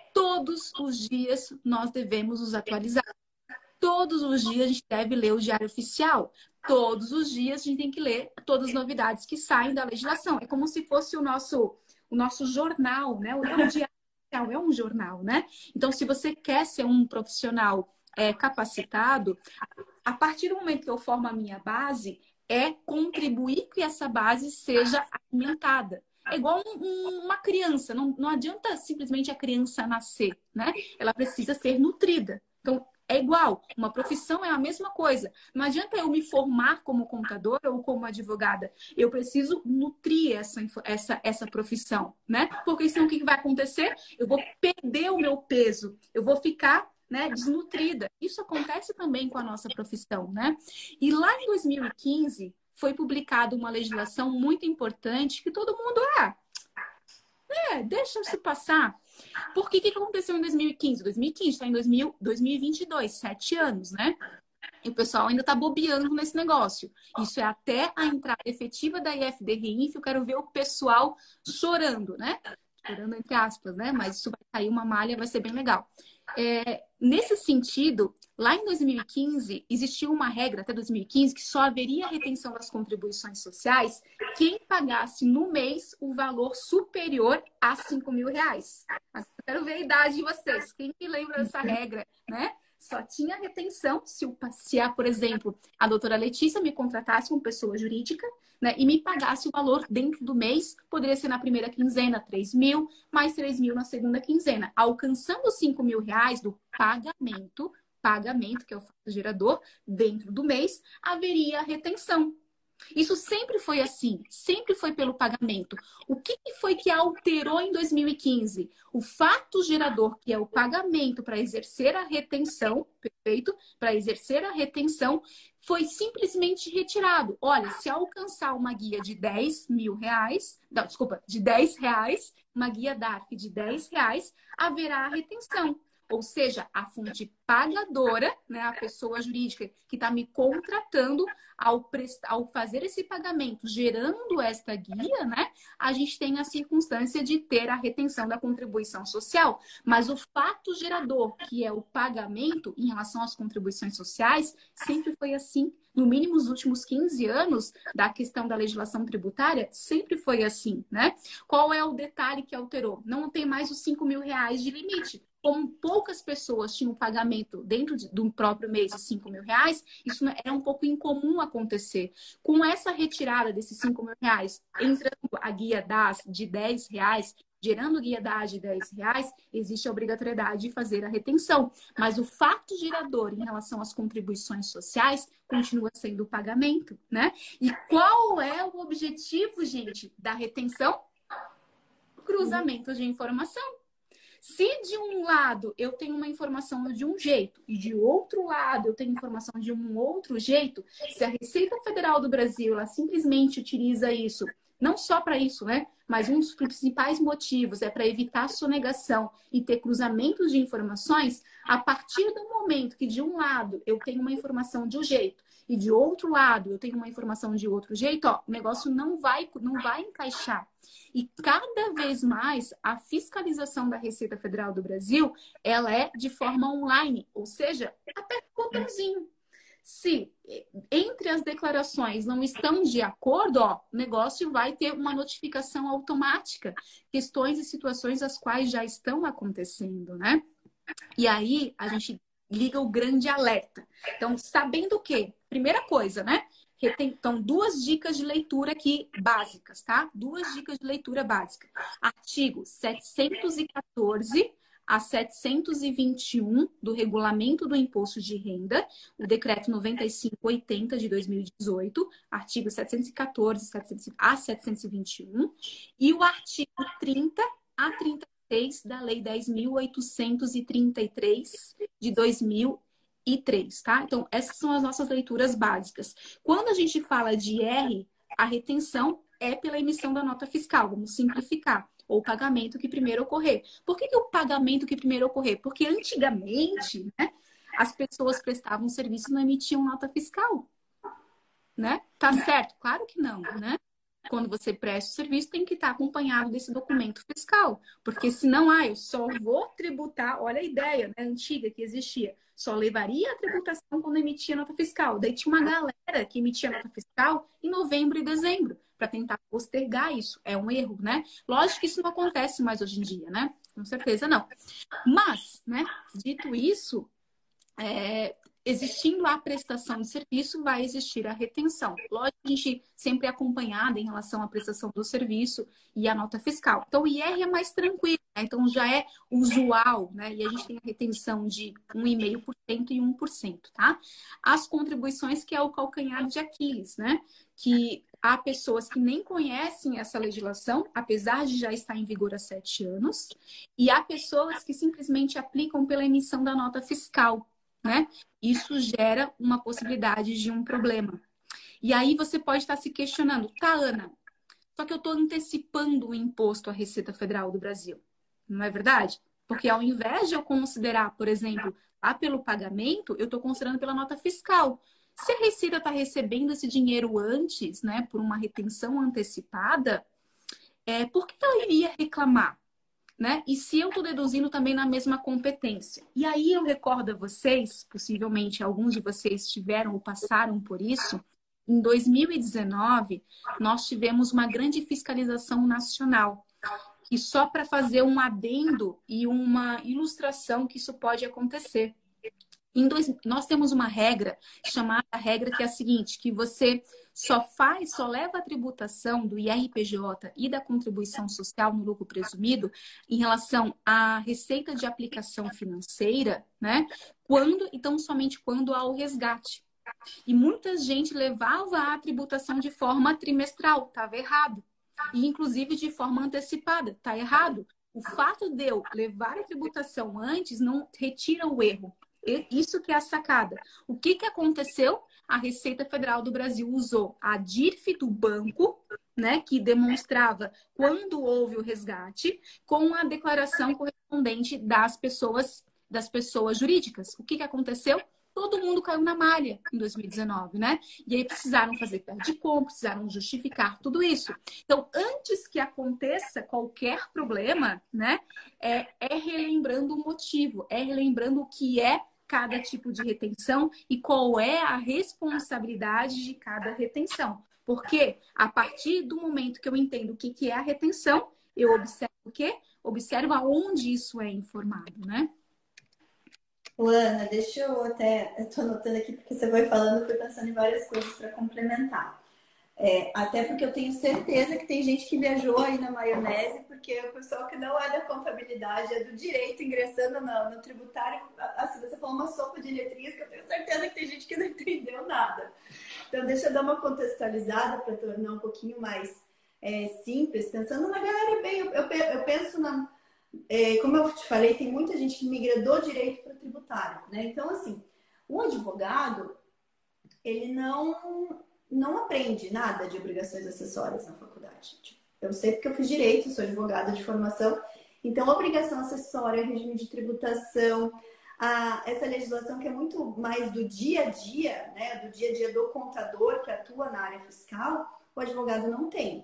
S1: todos os dias nós devemos nos atualizar. Todos os dias a gente deve ler o Diário Oficial. Todos os dias a gente tem que ler todas as novidades que saem da legislação. É como se fosse o nosso, o nosso jornal, né? O Diário Oficial é um jornal, né? Então, se você quer ser um profissional é, capacitado, a partir do momento que eu formo a minha base, é contribuir que essa base seja alimentada. É igual um, um, uma criança. Não, não adianta simplesmente a criança nascer, né? Ela precisa ser nutrida. Então, é igual, uma profissão é a mesma coisa. Não adianta eu me formar como contadora ou como advogada. Eu preciso nutrir essa, essa, essa profissão, né? Porque senão o que vai acontecer? Eu vou perder o meu peso, eu vou ficar, né, desnutrida. Isso acontece também com a nossa profissão, né? E lá em dois mil e quinze foi publicada uma legislação muito importante que todo mundo, ah, é, deixa se passar. Porque o que aconteceu em dois mil e quinze? dois mil e quinze está em dois mil, dois mil e vinte e dois, sete anos, né? E o pessoal ainda está bobeando nesse negócio. Isso é até a entrada efetiva da I F D R I N F. Eu quero ver o pessoal chorando, né? Chorando entre aspas, né? Mas isso vai cair uma malha, vai ser bem legal. É, nesse sentido, lá em dois mil e quinze, existiu uma regra, até dois mil e quinze, que só haveria retenção das contribuições sociais quem pagasse no mês o valor superior a cinco mil reais. Eu quero ver a idade de vocês. Quem me lembra dessa regra, né? Só tinha retenção se, o, se a, por exemplo, a doutora Letícia me contratasse como pessoa jurídica, né, e me pagasse o valor dentro do mês, poderia ser na primeira quinzena três mil, mais três mil na segunda quinzena. Alcançando cinco mil reais do pagamento, pagamento, que é o fato gerador, dentro do mês, haveria retenção. Isso sempre foi assim, sempre foi pelo pagamento. O que foi que alterou em dois mil e quinze? O fato gerador, que é o pagamento para exercer a retenção, perfeito? Para exercer a retenção, foi simplesmente retirado. Olha, se alcançar uma guia de dez mil reais, não, desculpa, de dez reais, uma guia D A R F de dez reais, haverá a retenção. Ou seja, a fonte pagadora, né, a pessoa jurídica que está me contratando ao, prestar, ao fazer esse pagamento, gerando esta guia, né, a gente tem a circunstância de ter a retenção da contribuição social. Mas o fato gerador, que é o pagamento em relação às contribuições sociais, sempre foi assim. No mínimo, nos últimos quinze anos da questão da legislação tributária, sempre foi assim, né? Qual é o detalhe que alterou? Não tem mais os cinco mil reais de limite. Como poucas pessoas tinham pagamento dentro de, do próprio mês de cinco mil reais, isso era um pouco incomum acontecer. Com essa retirada desses cinco mil reais, entrando a guia D A S de dez reais, gerando guia D A S de dez reais, existe a obrigatoriedade de fazer a retenção. Mas o fato gerador em relação às contribuições sociais continua sendo o pagamento, né? E qual é o objetivo, gente, da retenção? Cruzamento de informação. Se de um lado eu tenho uma informação de um jeito e de outro lado eu tenho informação de um outro jeito, se a Receita Federal do Brasil ela simplesmente utiliza isso, não só para isso, né? Mas um dos principais motivos é para evitar sonegação e ter cruzamentos de informações, a partir do momento que de um lado eu tenho uma informação de um jeito e de outro lado eu tenho uma informação de outro jeito, ó, o negócio não vai, não vai encaixar. E cada vez mais a fiscalização da Receita Federal do Brasil, ela é de forma online, ou seja, aperta o botãozinho. Se entre as declarações não estão de acordo, ó, o negócio vai ter uma notificação automática, questões e situações as quais já estão acontecendo, né? E aí a gente liga o grande alerta. Então, sabendo o quê? Primeira coisa, né? Então, duas dicas de leitura aqui básicas, tá? Duas dicas de leitura básica. Artigo setecentos e quatorze a setecentos e vinte e um do Regulamento do Imposto de Renda, o Decreto noventa e cinco oitenta de dois mil e dezoito, artigo setecentos e quatorze a setecentos e vinte e um, e o artigo trinta a trinta e seis da Lei dez mil oitocentos e trinta e três de dois mil e três, tá? Então, essas são as nossas leituras básicas. Quando a gente fala de R, a retenção é pela emissão da nota fiscal, vamos simplificar, ou pagamento que primeiro ocorrer. Por que, que o pagamento que primeiro ocorrer? Porque antigamente, né, as pessoas prestavam serviço e não emitiam nota fiscal, né? Tá certo? Claro que não, né? Quando você presta o serviço, tem que estar acompanhado desse documento fiscal. Porque senão, ah, eu só vou tributar, olha a ideia, né, antiga que existia, só levaria a tributação quando emitia nota fiscal. Daí tinha uma galera que emitia nota fiscal em novembro e dezembro, para tentar postergar isso. É um erro, né? Lógico que isso não acontece mais hoje em dia, né? Com certeza não. Mas, né, dito isso, é, existindo a prestação de serviço, vai existir a retenção. Lógico que a gente sempre é acompanhada em relação à prestação do serviço e à nota fiscal. Então, o I R é mais tranquilo, né? Então já é usual, né? E a gente tem a retenção de um vírgula cinco por cento e um por cento, tá? As contribuições, que é o calcanhar de Aquiles, né? Que há pessoas que nem conhecem essa legislação, apesar de já estar em vigor há sete anos, e há pessoas que simplesmente aplicam pela emissão da nota fiscal, né? Isso gera uma possibilidade de um problema. E aí você pode estar se questionando, tá, Ana, só que eu estou antecipando o imposto à Receita Federal do Brasil. Não é verdade? Porque ao invés de eu considerar, por exemplo, lá pelo pagamento, eu estou considerando pela nota fiscal. Se a Receita está recebendo esse dinheiro antes, né, por uma retenção antecipada, é, por que ela iria reclamar? Né? E se eu estou deduzindo também na mesma competência? E aí eu recordo a vocês, possivelmente alguns de vocês tiveram ou passaram por isso, em dois mil e dezenove, nós tivemos uma grande fiscalização nacional. E só para fazer um adendo e uma ilustração que isso pode acontecer. Em dois, nós temos uma regra chamada regra que é a seguinte, que você só faz, só leva a tributação do I R P J e da contribuição social no lucro presumido em relação à receita de aplicação financeira, né? Quando, então, somente quando há o resgate. E muita gente levava a tributação de forma trimestral, estava errado. E, inclusive, de forma antecipada, está errado. O fato de eu levar a tributação antes não retira o erro. Isso que é a sacada. O que, que aconteceu? A Receita Federal do Brasil usou a D I R F do banco, né, que demonstrava quando houve o resgate, com a declaração correspondente das pessoas, das pessoas jurídicas. O que, que aconteceu? Todo mundo caiu na malha em dois mil e dezenove, né? E aí precisaram fazer pé de compra, precisaram justificar tudo isso. Então, antes que aconteça qualquer problema, né, é, é relembrando o motivo, é relembrando o que é cada tipo de retenção e qual é a responsabilidade de cada retenção. Porque a partir do momento que eu entendo o que, que é a retenção, eu observo o quê? Observo aonde isso é informado, né?
S3: Ana, deixa eu até... Eu tô anotando aqui porque você foi falando, eu fui pensando em várias coisas para complementar. É, até porque eu tenho certeza que tem gente que viajou aí na maionese, porque o pessoal que não é da contabilidade, é do direito, ingressando no, no tributário, assim, você falou uma sopa de letrinhas que eu tenho certeza que tem gente que não entendeu nada. Então, deixa eu dar uma contextualizada para tornar um pouquinho mais é, simples, pensando na galera bem, eu, eu, eu penso na... é, como eu te falei, tem muita gente que migra do direito para o tributário, né? Então, assim, o advogado, ele não, não aprende nada de obrigações acessórias na faculdade. Tipo, eu sei porque eu fiz direito, sou advogada de formação, então obrigação acessória, regime de tributação, a, essa legislação que é muito mais do dia a dia, né, do dia a dia do contador que atua na área fiscal, o advogado não tem.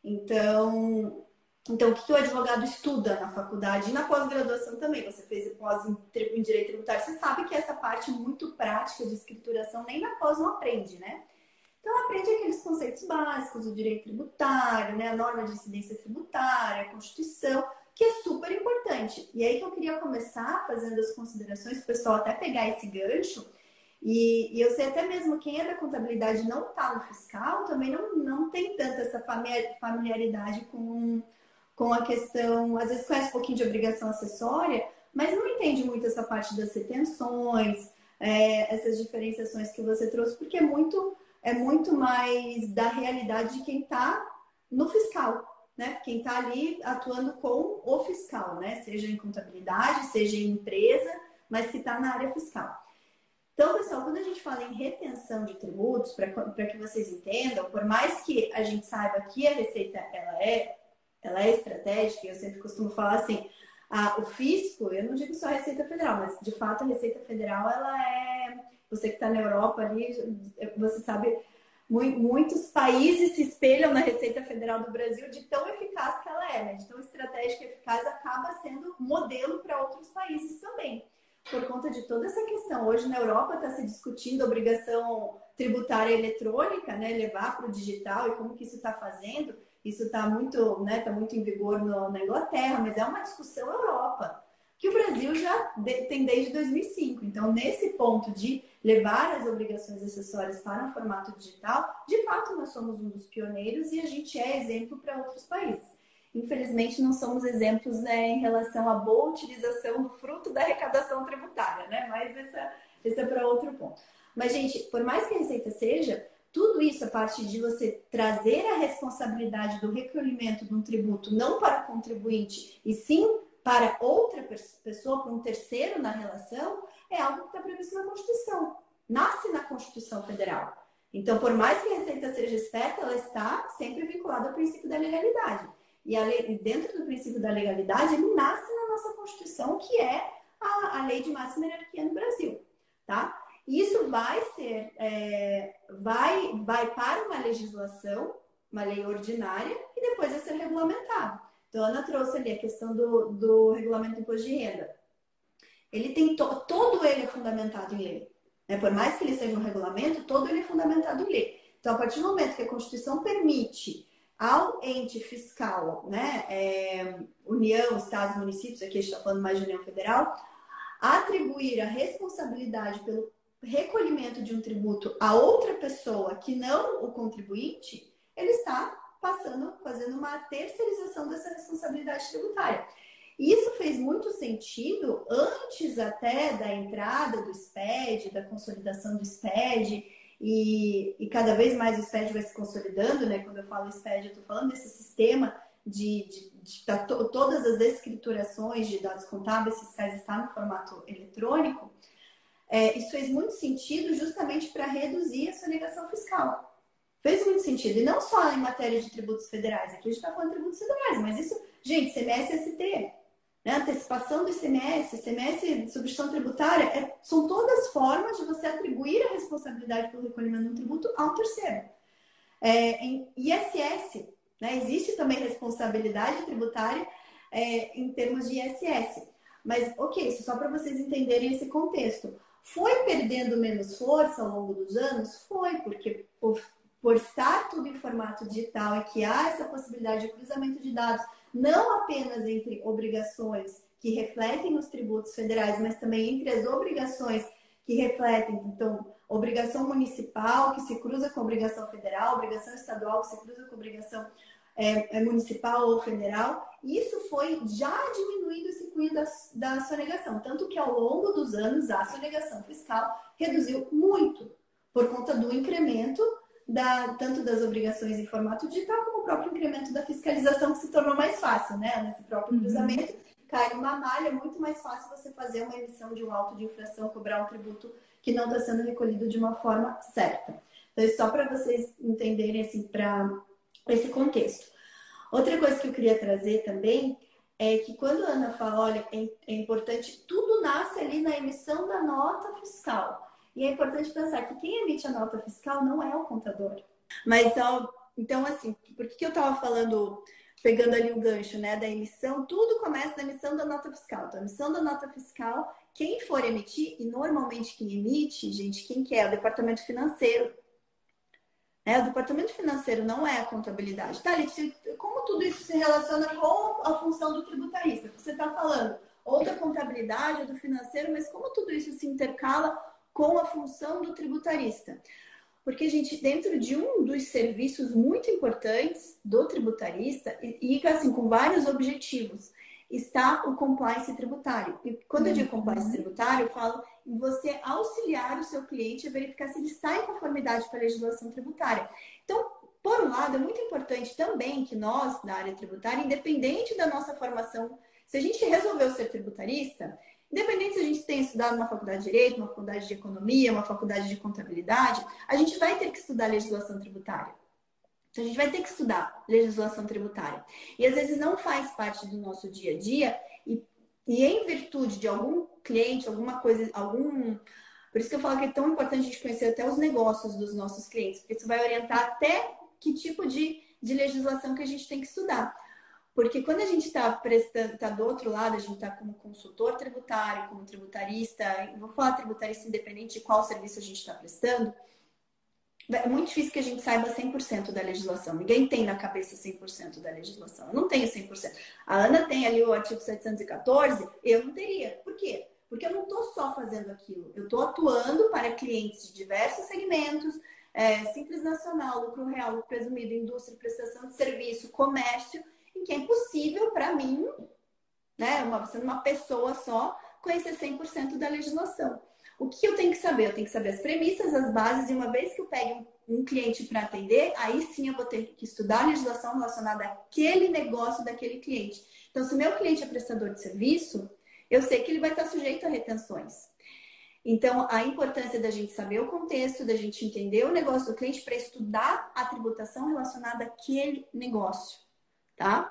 S3: Então, então o que o advogado estuda na faculdade e na pós-graduação também? Você fez pós em, em direito tributário, você sabe que essa parte muito prática de escrituração nem na pós não aprende, né? Então, aprende aqueles conceitos básicos, o direito tributário, né, a norma de incidência tributária, a Constituição, que é super importante. E aí que eu queria começar fazendo as considerações, o pessoal até pegar esse gancho, e, e eu sei até mesmo quem é da contabilidade e não está no fiscal, também não, não tem tanta essa familiaridade com, com a questão, às vezes conhece um pouquinho de obrigação acessória, mas não entende muito essa parte das retenções, é, essas diferenciações que você trouxe, porque é muito... é muito mais da realidade de quem está no fiscal, né? Quem está ali atuando com o fiscal, né? Seja em contabilidade, seja em empresa, mas que está na área fiscal. Então, pessoal, quando a gente fala em retenção de tributos, para que vocês entendam, por mais que a gente saiba que a Receita ela é, ela é estratégica, eu sempre costumo falar assim, a, o fisco, eu não digo só a Receita Federal, mas de fato a Receita Federal, ela é... Você que está na Europa ali, você sabe, muitos países se espelham na Receita Federal do Brasil de tão eficaz que ela é, né? De tão estratégica e eficaz, acaba sendo modelo para outros países também. Por conta de toda essa questão. Hoje na Europa está se discutindo a obrigação tributária eletrônica, né? Levar para o digital e como que isso está fazendo. Isso está muito, né? Tá muito em vigor no, na Inglaterra, mas é uma discussão Europa, que o Brasil já tem desde dois mil e cinco. Então, nesse ponto de levar as obrigações acessórias para um formato digital, de fato, nós somos um dos pioneiros e a gente é exemplo para outros países. Infelizmente, não somos exemplos, né, em relação à boa utilização do fruto da arrecadação tributária, né? Mas esse, esse é para outro ponto. Mas, gente, por mais que a Receita seja, tudo isso a partir de você trazer a responsabilidade do recolhimento de um tributo não para o contribuinte, e sim para outra pessoa, para um terceiro na relação, é algo que está previsto na Constituição. Nasce na Constituição Federal. Então, por mais que a Receita seja esperta, ela está sempre vinculada ao princípio da legalidade. E a lei, dentro do princípio da legalidade, ele nasce na nossa Constituição, que é a, a lei de máxima hierarquia no Brasil. Tá? E isso vai ser, é, vai, vai para uma legislação, uma lei ordinária, e depois vai ser regulamentado. Então, a Ana trouxe ali a questão do, do regulamento do imposto de renda. Ele tem to, todo ele é fundamentado em lei. Né? Por mais que ele seja um regulamento, todo ele é fundamentado em lei. Então, a partir do momento que a Constituição permite ao ente fiscal, né, é, União, Estados, municípios, aqui a gente está falando mais de União Federal, atribuir a responsabilidade pelo recolhimento de um tributo a outra pessoa que não o contribuinte, ele está passando, fazendo uma terceirização dessa responsabilidade tributária. E isso fez muito sentido antes até da entrada do S P E D, da consolidação do S P E D, e, e cada vez mais o S P E D vai se consolidando, né? Quando eu falo S P E D, eu estou falando desse sistema de, de, de, de to, todas as escriturações de dados contábeis fiscais estar no formato eletrônico. É, isso fez muito sentido justamente para reduzir a sonegação fiscal. Fez muito sentido. E não só em matéria de tributos federais. Aqui a gente está falando de tributos federais, mas isso, gente, C M S e S T, né? Antecipação do I C M S, C M S de substituição tributária, é, são todas formas de você atribuir a responsabilidade pelo recolhimento de um tributo a um terceiro. É, em I S S, né? Existe também responsabilidade tributária é, em termos de I S S. Mas, ok, isso só para vocês entenderem esse contexto. Foi perdendo menos força ao longo dos anos? Foi, porque por, por estar tudo em formato digital e que há essa possibilidade de cruzamento de dados, não apenas entre obrigações que refletem nos tributos federais, mas também entre as obrigações que refletem, então, obrigação municipal que se cruza com obrigação federal, obrigação estadual que se cruza com obrigação é, é municipal ou federal. Isso foi já diminuindo esse cunho da, da sonegação, tanto que ao longo dos anos a sonegação fiscal reduziu muito por conta do incremento da, tanto das obrigações em formato digital como o próprio incremento da fiscalização, que se tornou mais fácil, né? Nesse próprio cruzamento, cai numa malha, é muito mais fácil você fazer uma emissão de um auto de infração, cobrar um tributo que não está sendo recolhido de uma forma certa. Então, é só para vocês entenderem, assim, para esse contexto. Outra coisa que eu queria trazer também é que quando a Ana fala, olha, é, é importante, tudo nasce ali na emissão da nota fiscal. E é importante pensar que quem emite a nota fiscal não é o contador. Mas, ó, então, assim, por que, que eu estava falando, pegando ali o gancho, né, da emissão? Tudo começa na emissão da nota fiscal. Então, a emissão da nota fiscal, quem for emitir, e normalmente quem emite, gente, quem que é? O departamento financeiro. É, o departamento financeiro não é a contabilidade. Tá, Letícia, como tudo isso se relaciona com a função do tributarista? Você está falando ou da contabilidade ou do financeiro, mas como tudo isso se intercala com a função do tributarista? Porque, gente, dentro de um dos serviços muito importantes do tributarista, e, e assim, com vários objetivos, está o compliance tributário. E quando eu digo compliance tributário, eu falo em você auxiliar o seu cliente a verificar se ele está em conformidade com a legislação tributária. Então, por um lado, é muito importante também que nós, da área tributária, independente da nossa formação, se a gente resolveu ser tributarista, independente se a gente tem estudado uma faculdade de Direito, uma faculdade de Economia, uma faculdade de Contabilidade, a gente vai ter que estudar legislação tributária. Então, a gente vai ter que estudar legislação tributária. E, às vezes, não faz parte do nosso dia a dia. E, e em virtude de algum cliente, alguma coisa, algum... Por isso que eu falo que é tão importante a gente conhecer até os negócios dos nossos clientes. Porque isso vai orientar até que tipo de, de legislação que a gente tem que estudar. Porque quando a gente está prestando, tá do outro lado, a gente está como consultor tributário, como tributarista, vou falar tributarista independente de qual serviço a gente está prestando, é muito difícil que a gente saiba cem por cento da legislação. Ninguém tem na cabeça cem por cento da legislação. Eu não tenho cem por cento. A Ana tem ali o artigo setecentos e quatorze, eu não teria. Por quê? Porque eu não estou só fazendo aquilo. Eu estou atuando para clientes de diversos segmentos, é, simples nacional, lucro real, lucro presumido, indústria, prestação de serviço, comércio, em que é impossível para mim, né, uma, sendo uma pessoa só, conhecer cem por cento da legislação. O que eu tenho que saber? Eu tenho que saber as premissas, as bases, e uma vez que eu pegue um, um cliente para atender, aí sim eu vou ter que estudar a legislação relacionada àquele negócio daquele cliente. Então, se o meu cliente é prestador de serviço, eu sei que ele vai estar sujeito a retenções. Então, a importância da gente saber o contexto, da gente entender o negócio do cliente para estudar a tributação relacionada àquele negócio, tá?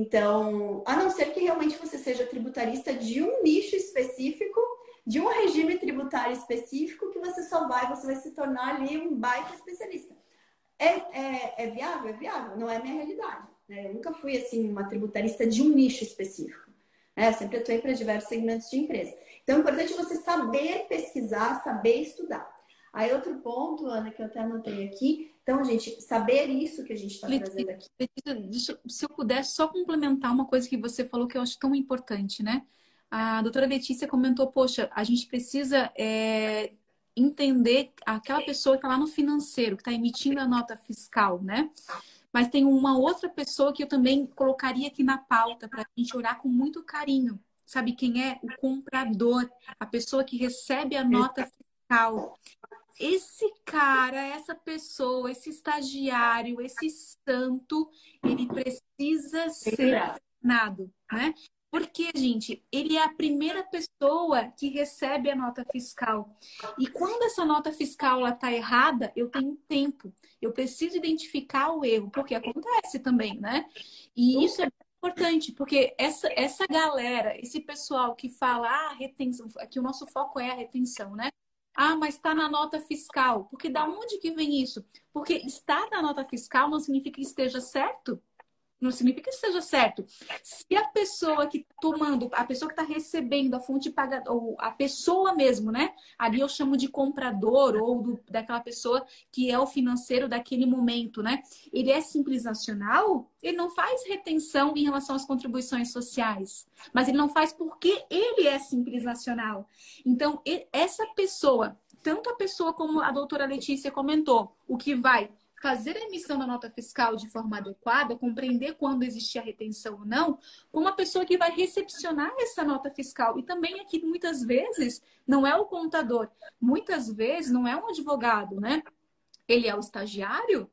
S3: Então, a não ser que realmente você seja tributarista de um nicho específico, de um regime tributário específico, que você só vai, você vai se tornar ali um baita especialista. É, é, é viável? É viável. Não é a minha realidade, né? Eu nunca fui, assim, uma tributarista de um nicho específico, né? Eu sempre atuei para diversos segmentos de empresa. Então, é importante você saber pesquisar, saber estudar. Aí, outro ponto, Ana, que eu até anotei aqui. Então, gente, saber isso que a gente está trazendo aqui.
S1: Letícia, se eu pudesse só complementar uma coisa que você falou que eu acho tão importante, né? A doutora Letícia comentou, poxa, a gente precisa é, entender aquela pessoa que está lá no financeiro, que está emitindo a nota fiscal, né? Mas tem uma outra pessoa que eu também colocaria aqui na pauta para a gente olhar com muito carinho. Sabe quem é? O comprador, a pessoa que recebe a nota fiscal. Esse cara, essa pessoa, esse estagiário, esse santo, ele precisa ser treinado, né? Porque, gente, ele é a primeira pessoa que recebe a nota fiscal. E quando essa nota fiscal está errada, eu tenho tempo. Eu preciso identificar o erro, porque acontece também, né? E isso é importante, porque essa, essa galera, esse pessoal que fala, ah, retenção, aqui o nosso foco é a retenção, né? Ah, mas está na nota fiscal. Porque da onde que vem isso? Porque estar na nota fiscal não significa que esteja certo. Não significa que esteja certo. Se a pessoa que está tomando, a pessoa que está recebendo a fonte pagadora, ou a pessoa mesmo, né? Ali eu chamo de comprador, ou do, daquela pessoa que é o financeiro daquele momento, né? Ele é simples nacional, ele não faz retenção em relação às contribuições sociais. Mas ele não faz porque ele é simples nacional. Então, essa pessoa, tanto a pessoa como a doutora Letícia comentou, o que vai fazer a emissão da nota fiscal de forma adequada, compreender quando existe a retenção ou não, como a pessoa que vai recepcionar essa nota fiscal. E também aqui, muitas vezes, não é o contador, muitas vezes não é um advogado, né? Ele é o estagiário,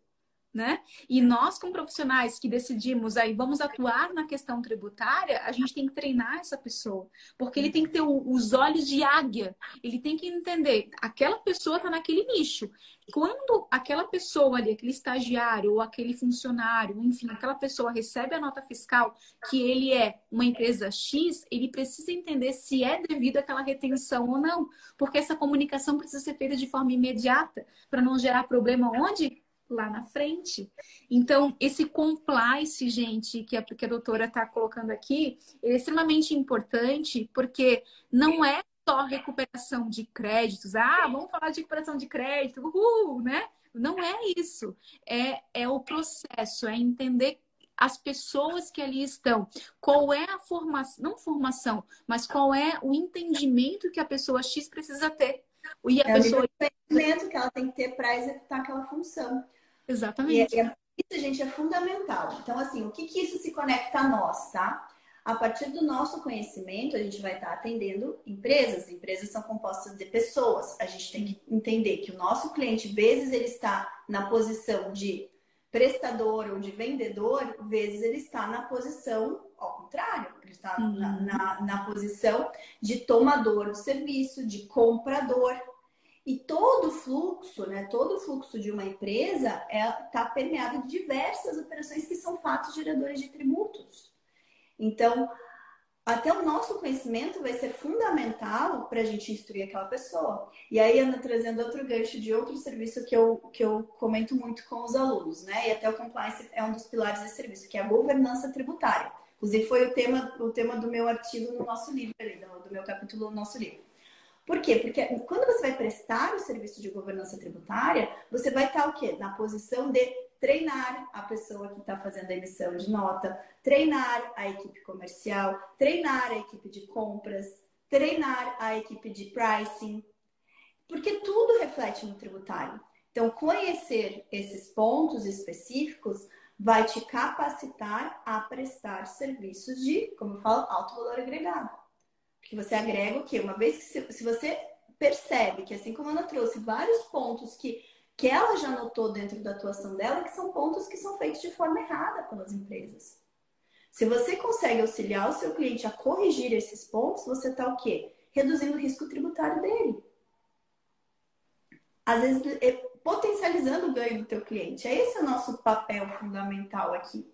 S1: né? E nós, como profissionais que decidimos aí, vamos atuar na questão tributária, a gente tem que treinar essa pessoa, porque ele tem que ter o, os olhos de águia, ele tem que entender, aquela pessoa está naquele nicho. Quando aquela pessoa ali, aquele estagiário ou aquele funcionário, enfim, aquela pessoa recebe a nota fiscal que ele é uma empresa X, ele precisa entender se é devido àquela retenção ou não, porque essa comunicação precisa ser feita de forma imediata, para não gerar problema onde? Lá na frente. Então, esse compliance, gente, que a, que a doutora está colocando aqui, é extremamente importante, porque não é só recuperação de créditos. Ah, vamos falar de recuperação de crédito, uhul, né? Não é isso. É, é o processo, é entender as pessoas que ali estão. Qual é a formação, não formação, mas qual é o entendimento que a pessoa X precisa ter. E a
S3: É
S1: pessoa...
S3: o entendimento que ela tem que ter para executar aquela função.
S1: Exatamente.
S3: E é, isso, gente, é fundamental. Então, assim, o que, que isso se conecta a nós, tá? A partir do nosso conhecimento, a gente vai estar atendendo empresas. Empresas são compostas de pessoas. A gente tem que entender que o nosso cliente, vezes ele está na posição de prestador ou de vendedor, vezes ele está na posição ao contrário. Ele está uhum. na, na, na posição de tomador do serviço, de comprador. E todo o fluxo, né, todo o fluxo de uma empresa está é, permeado de diversas operações que são fatos geradores de tributos. Então, até o nosso conhecimento vai ser fundamental para a gente instruir aquela pessoa. E aí, anda trazendo outro gancho de outro serviço que eu, que eu comento muito com os alunos, né? E até o compliance é um dos pilares desse serviço, que é a governança tributária. Inclusive, foi o tema, o tema do meu artigo no nosso livro, ali, do, do meu capítulo no nosso livro. Por quê? Porque quando você vai prestar o serviço de governança tributária, você vai estar o quê? Na posição de treinar a pessoa que está fazendo a emissão de nota, treinar a equipe comercial, treinar a equipe de compras, treinar a equipe de pricing, porque tudo reflete no tributário. Então, conhecer esses pontos específicos vai te capacitar a prestar serviços de, como eu falo, alto valor agregado. Porque você agrega o quê? Uma vez que se, se você percebe que, assim como a Ana trouxe, vários pontos que, que ela já notou dentro da atuação dela, que são pontos que são feitos de forma errada pelas empresas. Se você consegue auxiliar o seu cliente a corrigir esses pontos, você está o quê? Reduzindo o risco tributário dele. Às vezes, potencializando o ganho do teu cliente. Esse é o nosso papel fundamental aqui.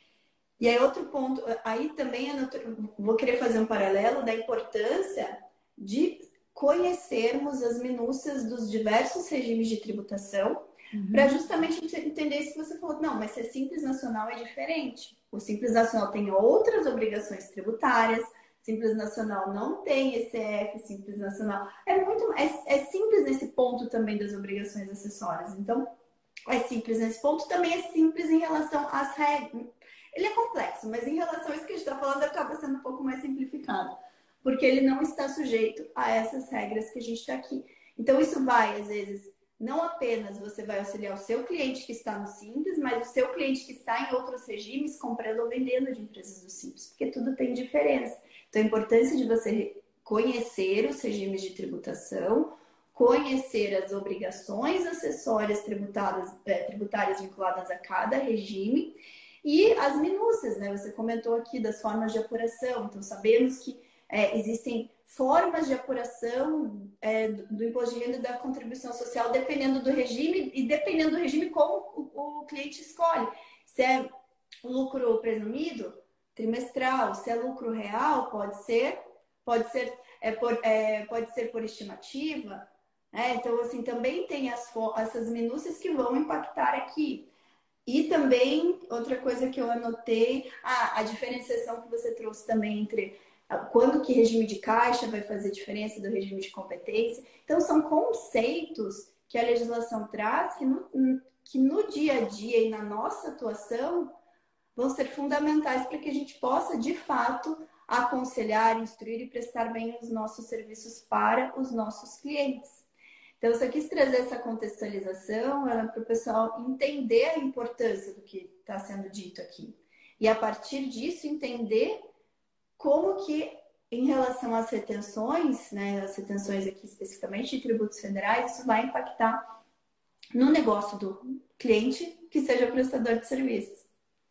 S3: E aí, outro ponto, aí também eu vou querer fazer um paralelo da importância de conhecermos as minúcias dos diversos regimes de tributação, uhum. para justamente entender isso que você falou. Não, mas ser Simples Nacional é diferente. O Simples Nacional tem outras obrigações tributárias, Simples Nacional não tem E C F, Simples Nacional. É muito é, é simples nesse ponto também das obrigações acessórias. Então, é simples nesse ponto, também é simples em relação às regras. Ele é complexo, mas em relação a isso que a gente está falando, acaba sendo um pouco mais simplificado. Porque ele não está sujeito a essas regras que a gente está aqui. Então, isso vai, às vezes, não apenas você vai auxiliar o seu cliente que está no Simples, mas o seu cliente que está em outros regimes, comprando ou vendendo de empresas do Simples. Porque tudo tem diferença. Então, a importância de você conhecer os regimes de tributação, conhecer as obrigações acessórias tributárias, é, tributárias vinculadas a cada regime, e as minúcias, né? Você comentou aqui das formas de apuração. Então, sabemos que é, existem formas de apuração é, do, do imposto de renda e da contribuição social, dependendo do regime e dependendo do regime como o, o cliente escolhe. Se é lucro presumido, trimestral. Se é lucro real, pode ser, pode ser, é, por, é, pode ser por estimativa. Né? Então, assim, também tem as, essas minúcias que vão impactar aqui. E também, outra coisa que eu anotei, ah, a diferenciação que você trouxe também entre quando que regime de caixa vai fazer diferença do regime de competência. Então, são conceitos que a legislação traz que no, que no dia a dia e na nossa atuação vão ser fundamentais para que a gente possa, de fato, aconselhar, instruir e prestar bem os nossos serviços para os nossos clientes. Então, eu só quis trazer essa contextualização para o pessoal entender a importância do que está sendo dito aqui. E, a partir disso, entender como que, em relação às retenções, né, as retenções aqui especificamente de tributos federais, isso vai impactar no negócio do cliente que seja prestador de serviço.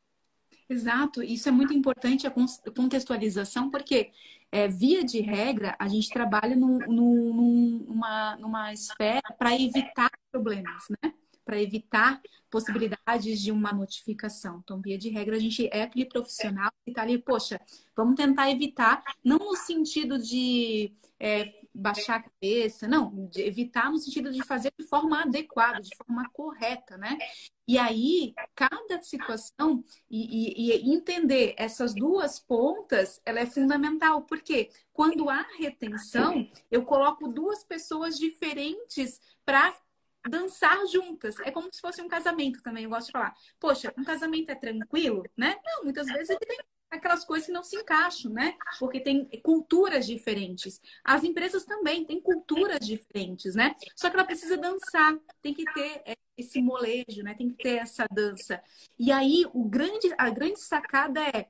S1: Exato, isso é muito importante a contextualização, porque, é, via de regra, a gente trabalha num, num, numa, numa esfera para evitar problemas, né? Para evitar possibilidades de uma notificação. Então, via de regra, a gente é aquele profissional que está ali, poxa, vamos tentar evitar, não no sentido de é, baixar a cabeça, não, de evitar no sentido de fazer de forma adequada, de forma correta, né? E aí, cada situação e, e, e entender essas duas pontas, ela é fundamental, porque quando há retenção, eu coloco duas pessoas diferentes para dançar juntas. É como se fosse um casamento também, eu gosto de falar. Poxa, um casamento é tranquilo, né? Não, muitas vezes ele tem aquelas coisas que não se encaixam, né? Porque tem culturas diferentes. As empresas também têm culturas diferentes, né? Só que ela precisa dançar, tem que ter esse molejo, né? Tem que ter essa dança. E aí, o grande, a grande sacada é,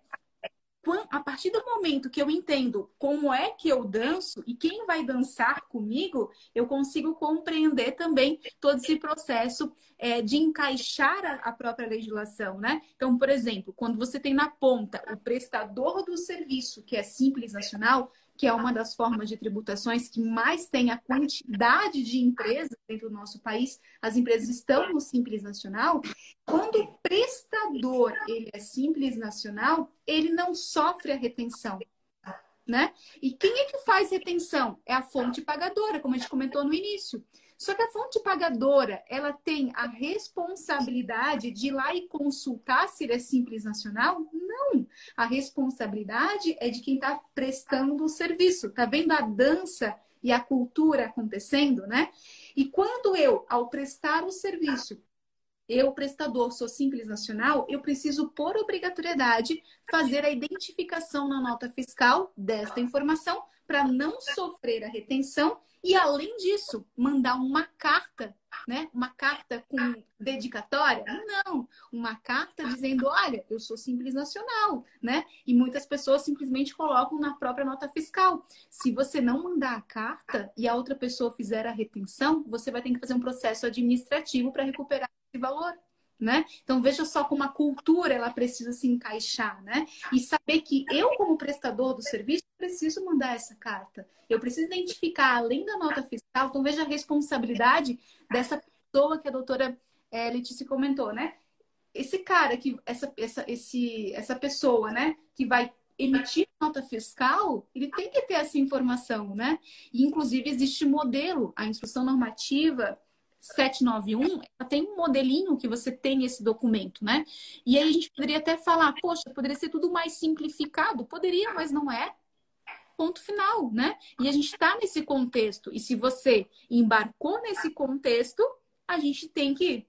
S1: a partir do momento que eu entendo como é que eu danço e quem vai dançar comigo, eu consigo compreender também todo esse processo é, de encaixar a, a própria legislação, né? Então, por exemplo, quando você tem na ponta o prestador do serviço, que é Simples Nacional, que é uma das formas de tributações que mais tem a quantidade de empresas dentro do nosso país, as empresas estão no Simples Nacional. Quando o prestador ele é Simples Nacional, ele não sofre a retenção, né? E quem é que faz retenção? É a fonte pagadora, como a gente comentou no início. Só que a fonte pagadora, ela tem a responsabilidade de ir lá e consultar se ele é Simples Nacional? Não. A responsabilidade é de quem está prestando o serviço. Tá vendo a dança e a cultura acontecendo, né? E quando eu, ao prestar o serviço, eu, prestador, sou Simples Nacional, eu preciso, por obrigatoriedade, fazer a identificação na nota fiscal desta informação para não sofrer a retenção e, além disso, mandar uma carta, né? Uma carta com dedicatória? Não, uma carta dizendo, olha, eu sou Simples Nacional, né? E muitas pessoas simplesmente colocam na própria nota fiscal. Se você não mandar a carta e a outra pessoa fizer a retenção, você vai ter que fazer um processo administrativo para recuperar esse valor, né? Então veja só como a cultura ela precisa se encaixar, né? E saber que eu, como prestador do serviço, preciso mandar essa carta. Eu preciso identificar, além da nota fiscal, então veja a responsabilidade dessa pessoa que a doutora é, Letícia comentou, né? Esse cara, que, essa, essa, esse, essa pessoa, né, que vai emitir nota fiscal, ele tem que ter essa informação, né? E, inclusive, existe modelo, a instrução normativa setecentos e noventa e um, ela tem um modelinho que você tem esse documento, né? E aí a gente poderia até falar, poxa, poderia ser tudo mais simplificado. Poderia, mas não é. Ponto final, né? E a gente está nesse contexto. E se você embarcou nesse contexto, a gente tem que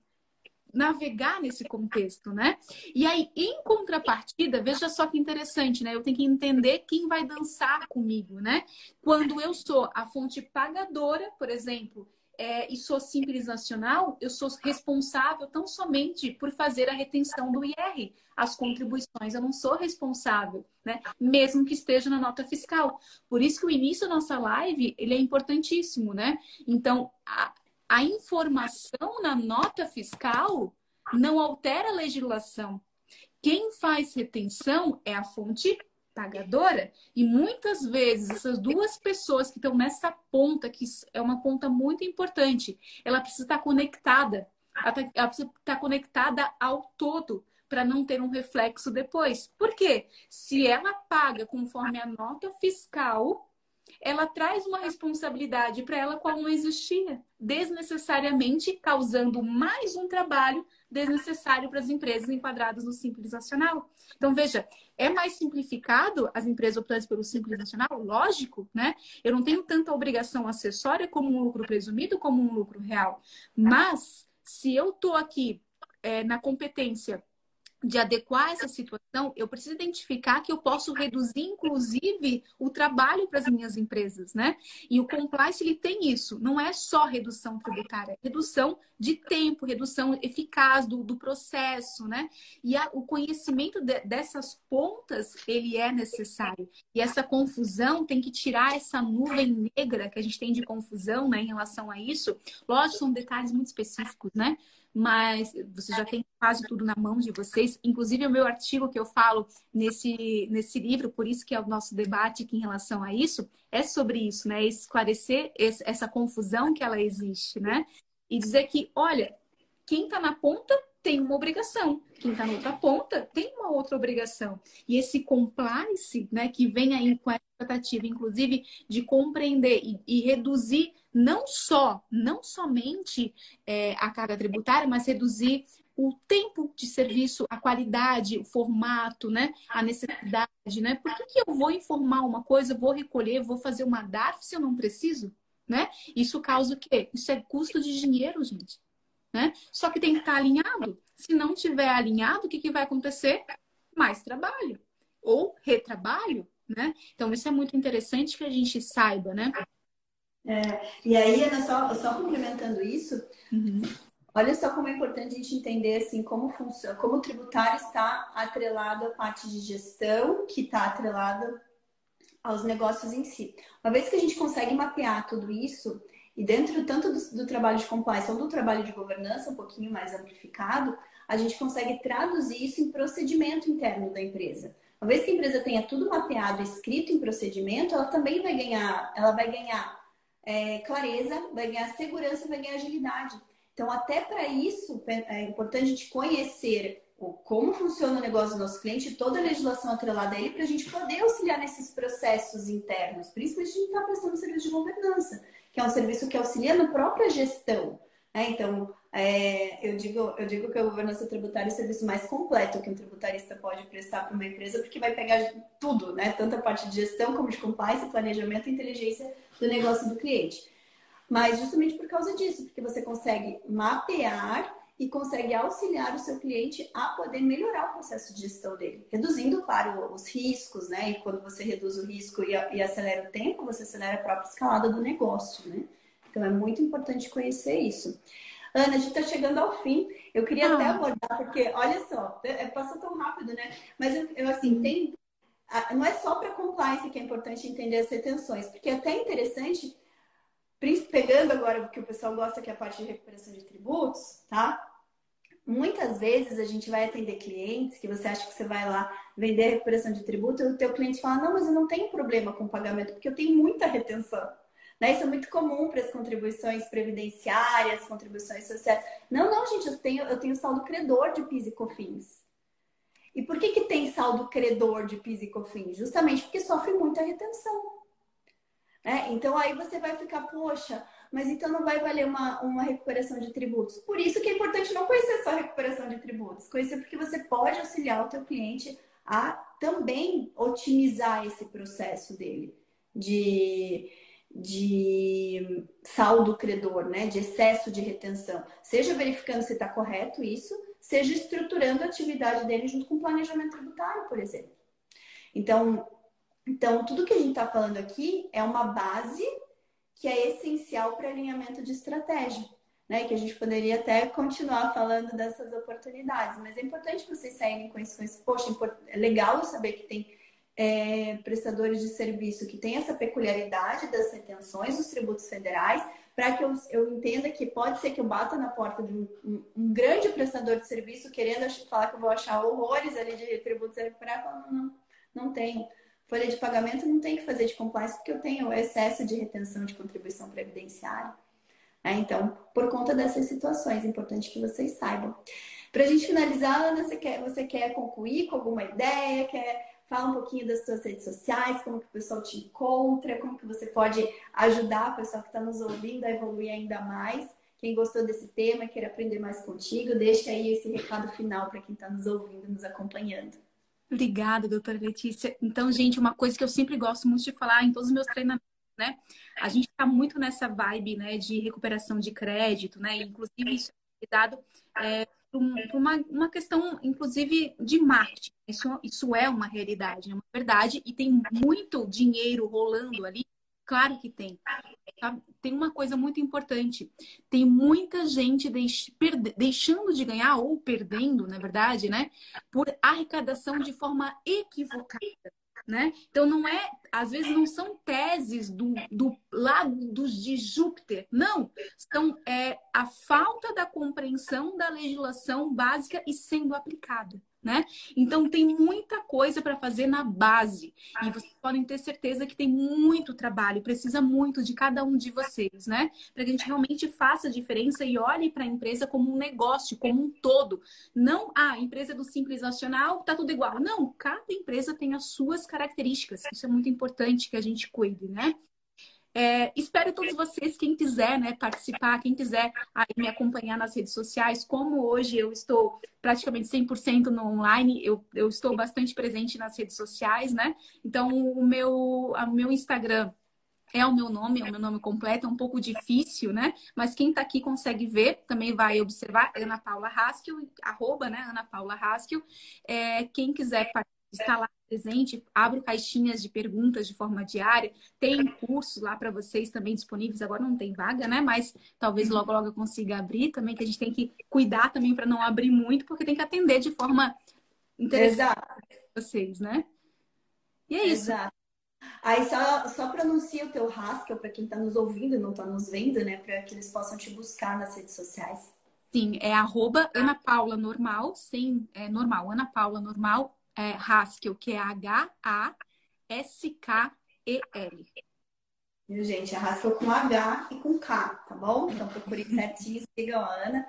S1: navegar nesse contexto, né? E aí, em contrapartida, veja só que interessante, né? Eu tenho que entender quem vai dançar comigo, né? Quando eu sou a fonte pagadora, por exemplo, é, e sou Simples Nacional, eu sou responsável tão somente por fazer a retenção do I R. As contribuições eu não sou responsável, né? Mesmo que esteja na nota fiscal. Por isso que o início da nossa live, ele é importantíssimo, né? Então, a, a informação na nota fiscal não altera a legislação. Quem faz retenção é a fonte pagadora. E muitas vezes essas duas pessoas que estão nessa ponta, que é uma ponta muito importante, ela precisa estar conectada. Ela precisa estar conectada ao todo para não ter um reflexo depois. Por quê? Se ela paga conforme a nota fiscal, ela traz uma responsabilidade para ela qual não existia, desnecessariamente causando mais um trabalho desnecessário para as empresas enquadradas no Simples Nacional. Então, veja, é mais simplificado as empresas optantes pelo Simples Nacional? Lógico, né? Eu não tenho tanta obrigação acessória como um lucro presumido, como um lucro real. Mas, se eu estou aqui é, na competência de adequar essa situação, eu preciso identificar que eu posso reduzir, inclusive, o trabalho para as minhas empresas, né? E o compliance, ele tem isso. Não é só redução tributária, é redução de tempo, redução eficaz do, do processo, né? E a, o conhecimento de, dessas pontas, ele é necessário. E essa confusão tem que tirar essa nuvem negra que a gente tem de confusão, né, em relação a isso. Lógico, são detalhes muito específicos, né? Mas você já tem quase tudo na mão de vocês. Inclusive, o meu artigo que eu falo nesse, nesse livro, por isso que é o nosso debate aqui em relação a isso, é sobre isso, né? Esclarecer esse, essa confusão que ela existe, né? E dizer que, olha, quem está na ponta tem uma obrigação, quem está na outra ponta tem uma outra obrigação. E esse compliance, né, que vem aí com essa tratativa, inclusive, de compreender e, e reduzir não só, não somente é, a carga tributária, mas reduzir o tempo de serviço, a qualidade, o formato, né, a necessidade, né? Por que que eu vou informar uma coisa, vou recolher, vou fazer uma D A R F se eu não preciso, né? Isso causa o quê? Isso é custo de dinheiro, gente. Né? Só que tem que estar alinhado. Se não tiver alinhado, o que, que vai acontecer? Mais trabalho. Ou retrabalho, né? Então, isso é muito interessante que a gente saiba, né?
S3: É, e aí, Ana, só, só complementando isso,
S1: Uhum.
S3: olha só como é importante a gente entender assim, como funciona, como o tributário está atrelado à parte de gestão, que está atrelado aos negócios em si. Uma vez que a gente consegue mapear tudo isso, e dentro tanto do, do trabalho de compliance ou do trabalho de governança, um pouquinho mais amplificado, a gente consegue traduzir isso em procedimento interno da empresa. Uma vez que a empresa tenha tudo mapeado, escrito em procedimento, ela também vai ganhar, ela vai ganhar é, clareza, vai ganhar segurança, vai ganhar agilidade. Então, até para isso, é importante a gente conhecer o, como funciona o negócio do nosso cliente, toda a legislação atrelada a ele, para a gente poder auxiliar nesses processos internos. Principalmente a gente está prestando serviço de governança, que é um serviço que auxilia na própria gestão. Né? Então, é, eu, digo, eu digo que a governança tributária é o serviço mais completo que um tributarista pode prestar para uma empresa, porque vai pegar tudo, né? Tanto a parte de gestão, como de compliance, planejamento e inteligência do negócio do cliente. Mas justamente por causa disso, porque você consegue mapear e consegue auxiliar o seu cliente a poder melhorar o processo de gestão dele, reduzindo, claro, os riscos, né? E quando você reduz o risco e, e acelera o tempo, você acelera a própria escalada do negócio, né? Então é muito importante conhecer isso. Ana, a gente está chegando ao fim. Eu queria ah. até abordar, porque, olha só, passou tão rápido, né? Mas eu, eu assim, tem, não é só para compliance que é importante entender as retenções, porque é até interessante, pegando agora o que o pessoal gosta, que é a parte de recuperação de tributos, tá? Muitas vezes a gente vai atender clientes que você acha que você vai lá vender a recuperação de tributo e o teu cliente fala, não, mas eu não tenho problema com o pagamento, porque eu tenho muita retenção. Né? Isso é muito comum para as contribuições previdenciárias, contribuições sociais. Não, não, gente, eu tenho, eu tenho saldo credor de PIS e COFINS. E por que que tem saldo credor de PIS e COFINS? Justamente porque sofre muita retenção. Né? Então aí você vai ficar, poxa, mas então não vai valer uma, uma recuperação de tributos. Por isso que é importante não conhecer só a recuperação de tributos. Conhecer porque você pode auxiliar o teu cliente a também otimizar esse processo dele de... de saldo credor, né? De excesso de retenção. Seja verificando se está correto isso, seja estruturando a atividade dele junto com o planejamento tributário, por exemplo. Então, então tudo que a gente está falando aqui é uma base que é essencial para alinhamento de estratégia, né? Que a gente poderia até continuar falando dessas oportunidades, mas é importante vocês saírem com isso, com isso. Poxa, é legal saber que tem É, prestadores de serviço que tem essa peculiaridade das retenções dos tributos federais, para que eu, eu entenda que pode ser que eu bata na porta de um, um, um grande prestador de serviço querendo falar que eu vou achar horrores ali de tributos a recuperar, não, não, não tenho. Folha de pagamento não tem que fazer de compliance porque eu tenho excesso de retenção de contribuição previdenciária. É, então, por conta dessas situações, é importante que vocês saibam. Para a gente finalizar, Ana, você quer, você quer concluir com alguma ideia? Quer falar um pouquinho das suas redes sociais, como que o pessoal te encontra, como que você pode ajudar o pessoal que está nos ouvindo a evoluir ainda mais? Quem gostou desse tema, quer aprender mais contigo, deixa aí esse recado final para quem está nos ouvindo, nos acompanhando.
S1: Obrigada, doutora Letícia. Então, gente, uma coisa que eu sempre gosto muito de falar em todos os meus treinamentos, né? A gente está muito nessa vibe, né, de recuperação de crédito, né? Inclusive, isso é dado é, por um- por uma, uma questão, inclusive, de marketing. Isso, isso é uma realidade, é uma verdade, e tem muito dinheiro rolando ali. Claro que tem. Tá? Tem uma coisa muito importante. Tem muita gente deix- perde- deixando de ganhar ou perdendo, na verdade, né? Por arrecadação de forma equivocada. Né? Então não é, às vezes não são teses do, do lado dos de Júpiter, não, são é, a falta da compreensão da legislação básica e sendo aplicada, né? Então tem muita coisa para fazer na base e vocês podem ter certeza que tem muito trabalho, precisa muito de cada um de vocês, né? Para que a gente realmente faça a diferença e olhe para a empresa como um negócio, como um todo. Não, ah, a empresa do Simples Nacional tá tudo igual. Não, cada empresa tem as suas características. Isso é muito importante que a gente cuide, né? É, espero todos vocês, quem quiser, né, participar, quem quiser aí me acompanhar nas redes sociais. Como hoje eu estou praticamente cem por cento no online, eu, eu estou bastante presente nas redes sociais, né? Então, o meu, o meu Instagram é o meu nome, é o meu nome completo, é um pouco difícil, né? Mas quem tá aqui consegue ver, também vai observar, Ana Paula Haskell, arroba, né? Ana Paula Haskell. É, quem quiser estar lá presente, abro caixinhas de perguntas de forma diária. Tem cursos lá para vocês também disponíveis. Agora não tem vaga, né? Mas talvez logo, logo eu consiga abrir também, que a gente tem que cuidar também para não abrir muito, porque tem que atender de forma interessante
S3: Exato,
S1: vocês, né? E é isso.
S3: exato. Aí só, só pronuncia o teu Haskell para quem está nos ouvindo e não está nos vendo, né? Para que eles possam te buscar nas redes sociais.
S1: Sim, é arroba Ana Paula Normal, sem é, normal, Ana Paula Normal, é, Haskell, que é H A S K E L.
S3: Viu, gente? É Haskell com H e com K, tá bom? Então procure certinho, sigam a Ana.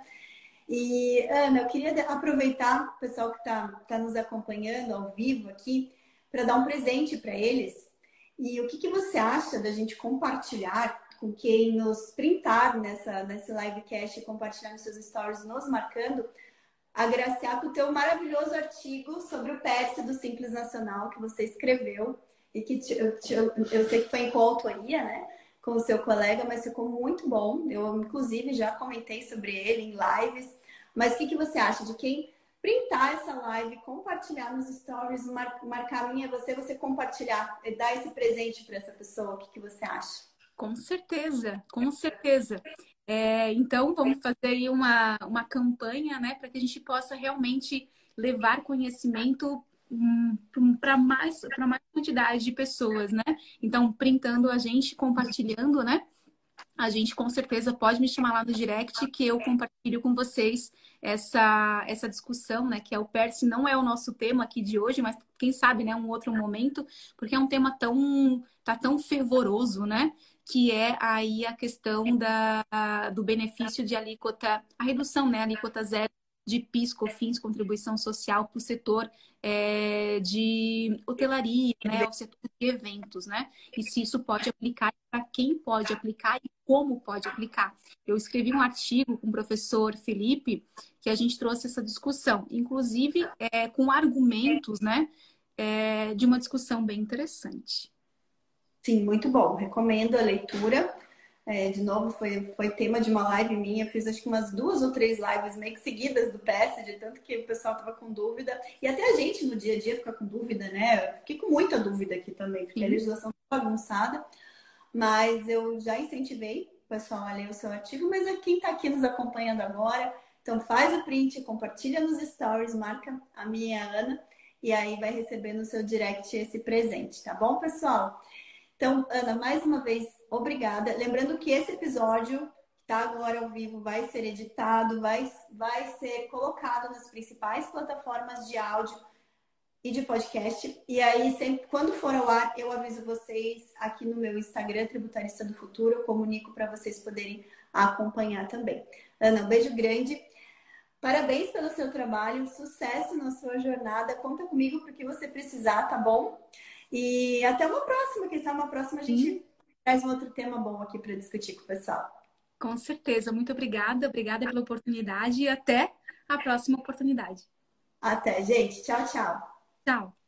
S3: E, Ana, eu queria aproveitar o pessoal que está tá nos acompanhando ao vivo aqui para dar um presente para eles. E o que, que você acha da gente compartilhar com quem nos printar nessa, nesse livecast e compartilhar nos seus stories, nos marcando, agraciar com o teu maravilhoso artigo sobre o P S do Simples Nacional que você escreveu e que te, eu, te, eu, eu sei que foi em coautoria, né? Com o seu colega, mas ficou muito bom. Eu, inclusive, já comentei sobre ele em lives. Mas o que, que você acha de quem printar essa live, compartilhar nos stories, mar, marcar a minha, você, você compartilhar, dar esse presente para essa pessoa? O que, que você acha?
S1: Com certeza, com certeza. É, então, vamos fazer aí uma, uma campanha, né, para que a gente possa realmente levar conhecimento para mais, para mais quantidade de pessoas, né? Então, printando a gente, compartilhando, né? A gente com certeza pode me chamar lá no direct que eu compartilho com vocês essa, essa discussão, né? Que é o Perse, não é o nosso tema aqui de hoje, mas quem sabe, né, um outro momento, porque é um tema tão, tá tão fervoroso, né? Que é aí a questão da, do benefício de alíquota, a redução, né? Alíquota zero de PIS, COFINS, contribuição social para o setor é, de hotelaria, né? O setor de eventos, né? E se isso pode aplicar, para quem pode aplicar e como pode aplicar. Eu escrevi um artigo com o professor Felipe que a gente trouxe essa discussão, inclusive é, com argumentos, né, é, de uma discussão bem interessante.
S3: Sim, muito bom. Recomendo a leitura. É, de novo, foi, foi tema de uma live minha. Eu fiz acho que umas duas ou três lives meio que seguidas do P S, de tanto que o pessoal tava com dúvida. E até a gente no dia a dia fica com dúvida, né? Eu fiquei com muita dúvida aqui também, porque Sim. a legislação tá bagunçada. Mas eu já incentivei o pessoal a ler o seu artigo, mas é quem está aqui nos acompanhando agora, então faz o print, compartilha nos stories, marca a minha e a Ana, e aí vai receber no seu direct esse presente, tá bom, pessoal? Então, Ana, mais uma vez, obrigada. Lembrando que esse episódio, que está agora ao vivo, vai ser editado, vai, vai ser colocado nas principais plataformas de áudio e de podcast. E aí, sempre, quando for ao ar, eu aviso vocês aqui no meu Instagram, Tributarista do Futuro, eu comunico para vocês poderem acompanhar também. Ana, um beijo grande. Parabéns pelo seu trabalho, sucesso na sua jornada. Conta comigo porque você precisar, tá bom? E até uma próxima. Quem sabe uma próxima a gente Sim. traz um outro tema bom aqui para discutir com o pessoal.
S1: Com certeza. Muito obrigada. Obrigada pela oportunidade e até a próxima oportunidade.
S3: Até, gente. Tchau, tchau.
S1: Tchau.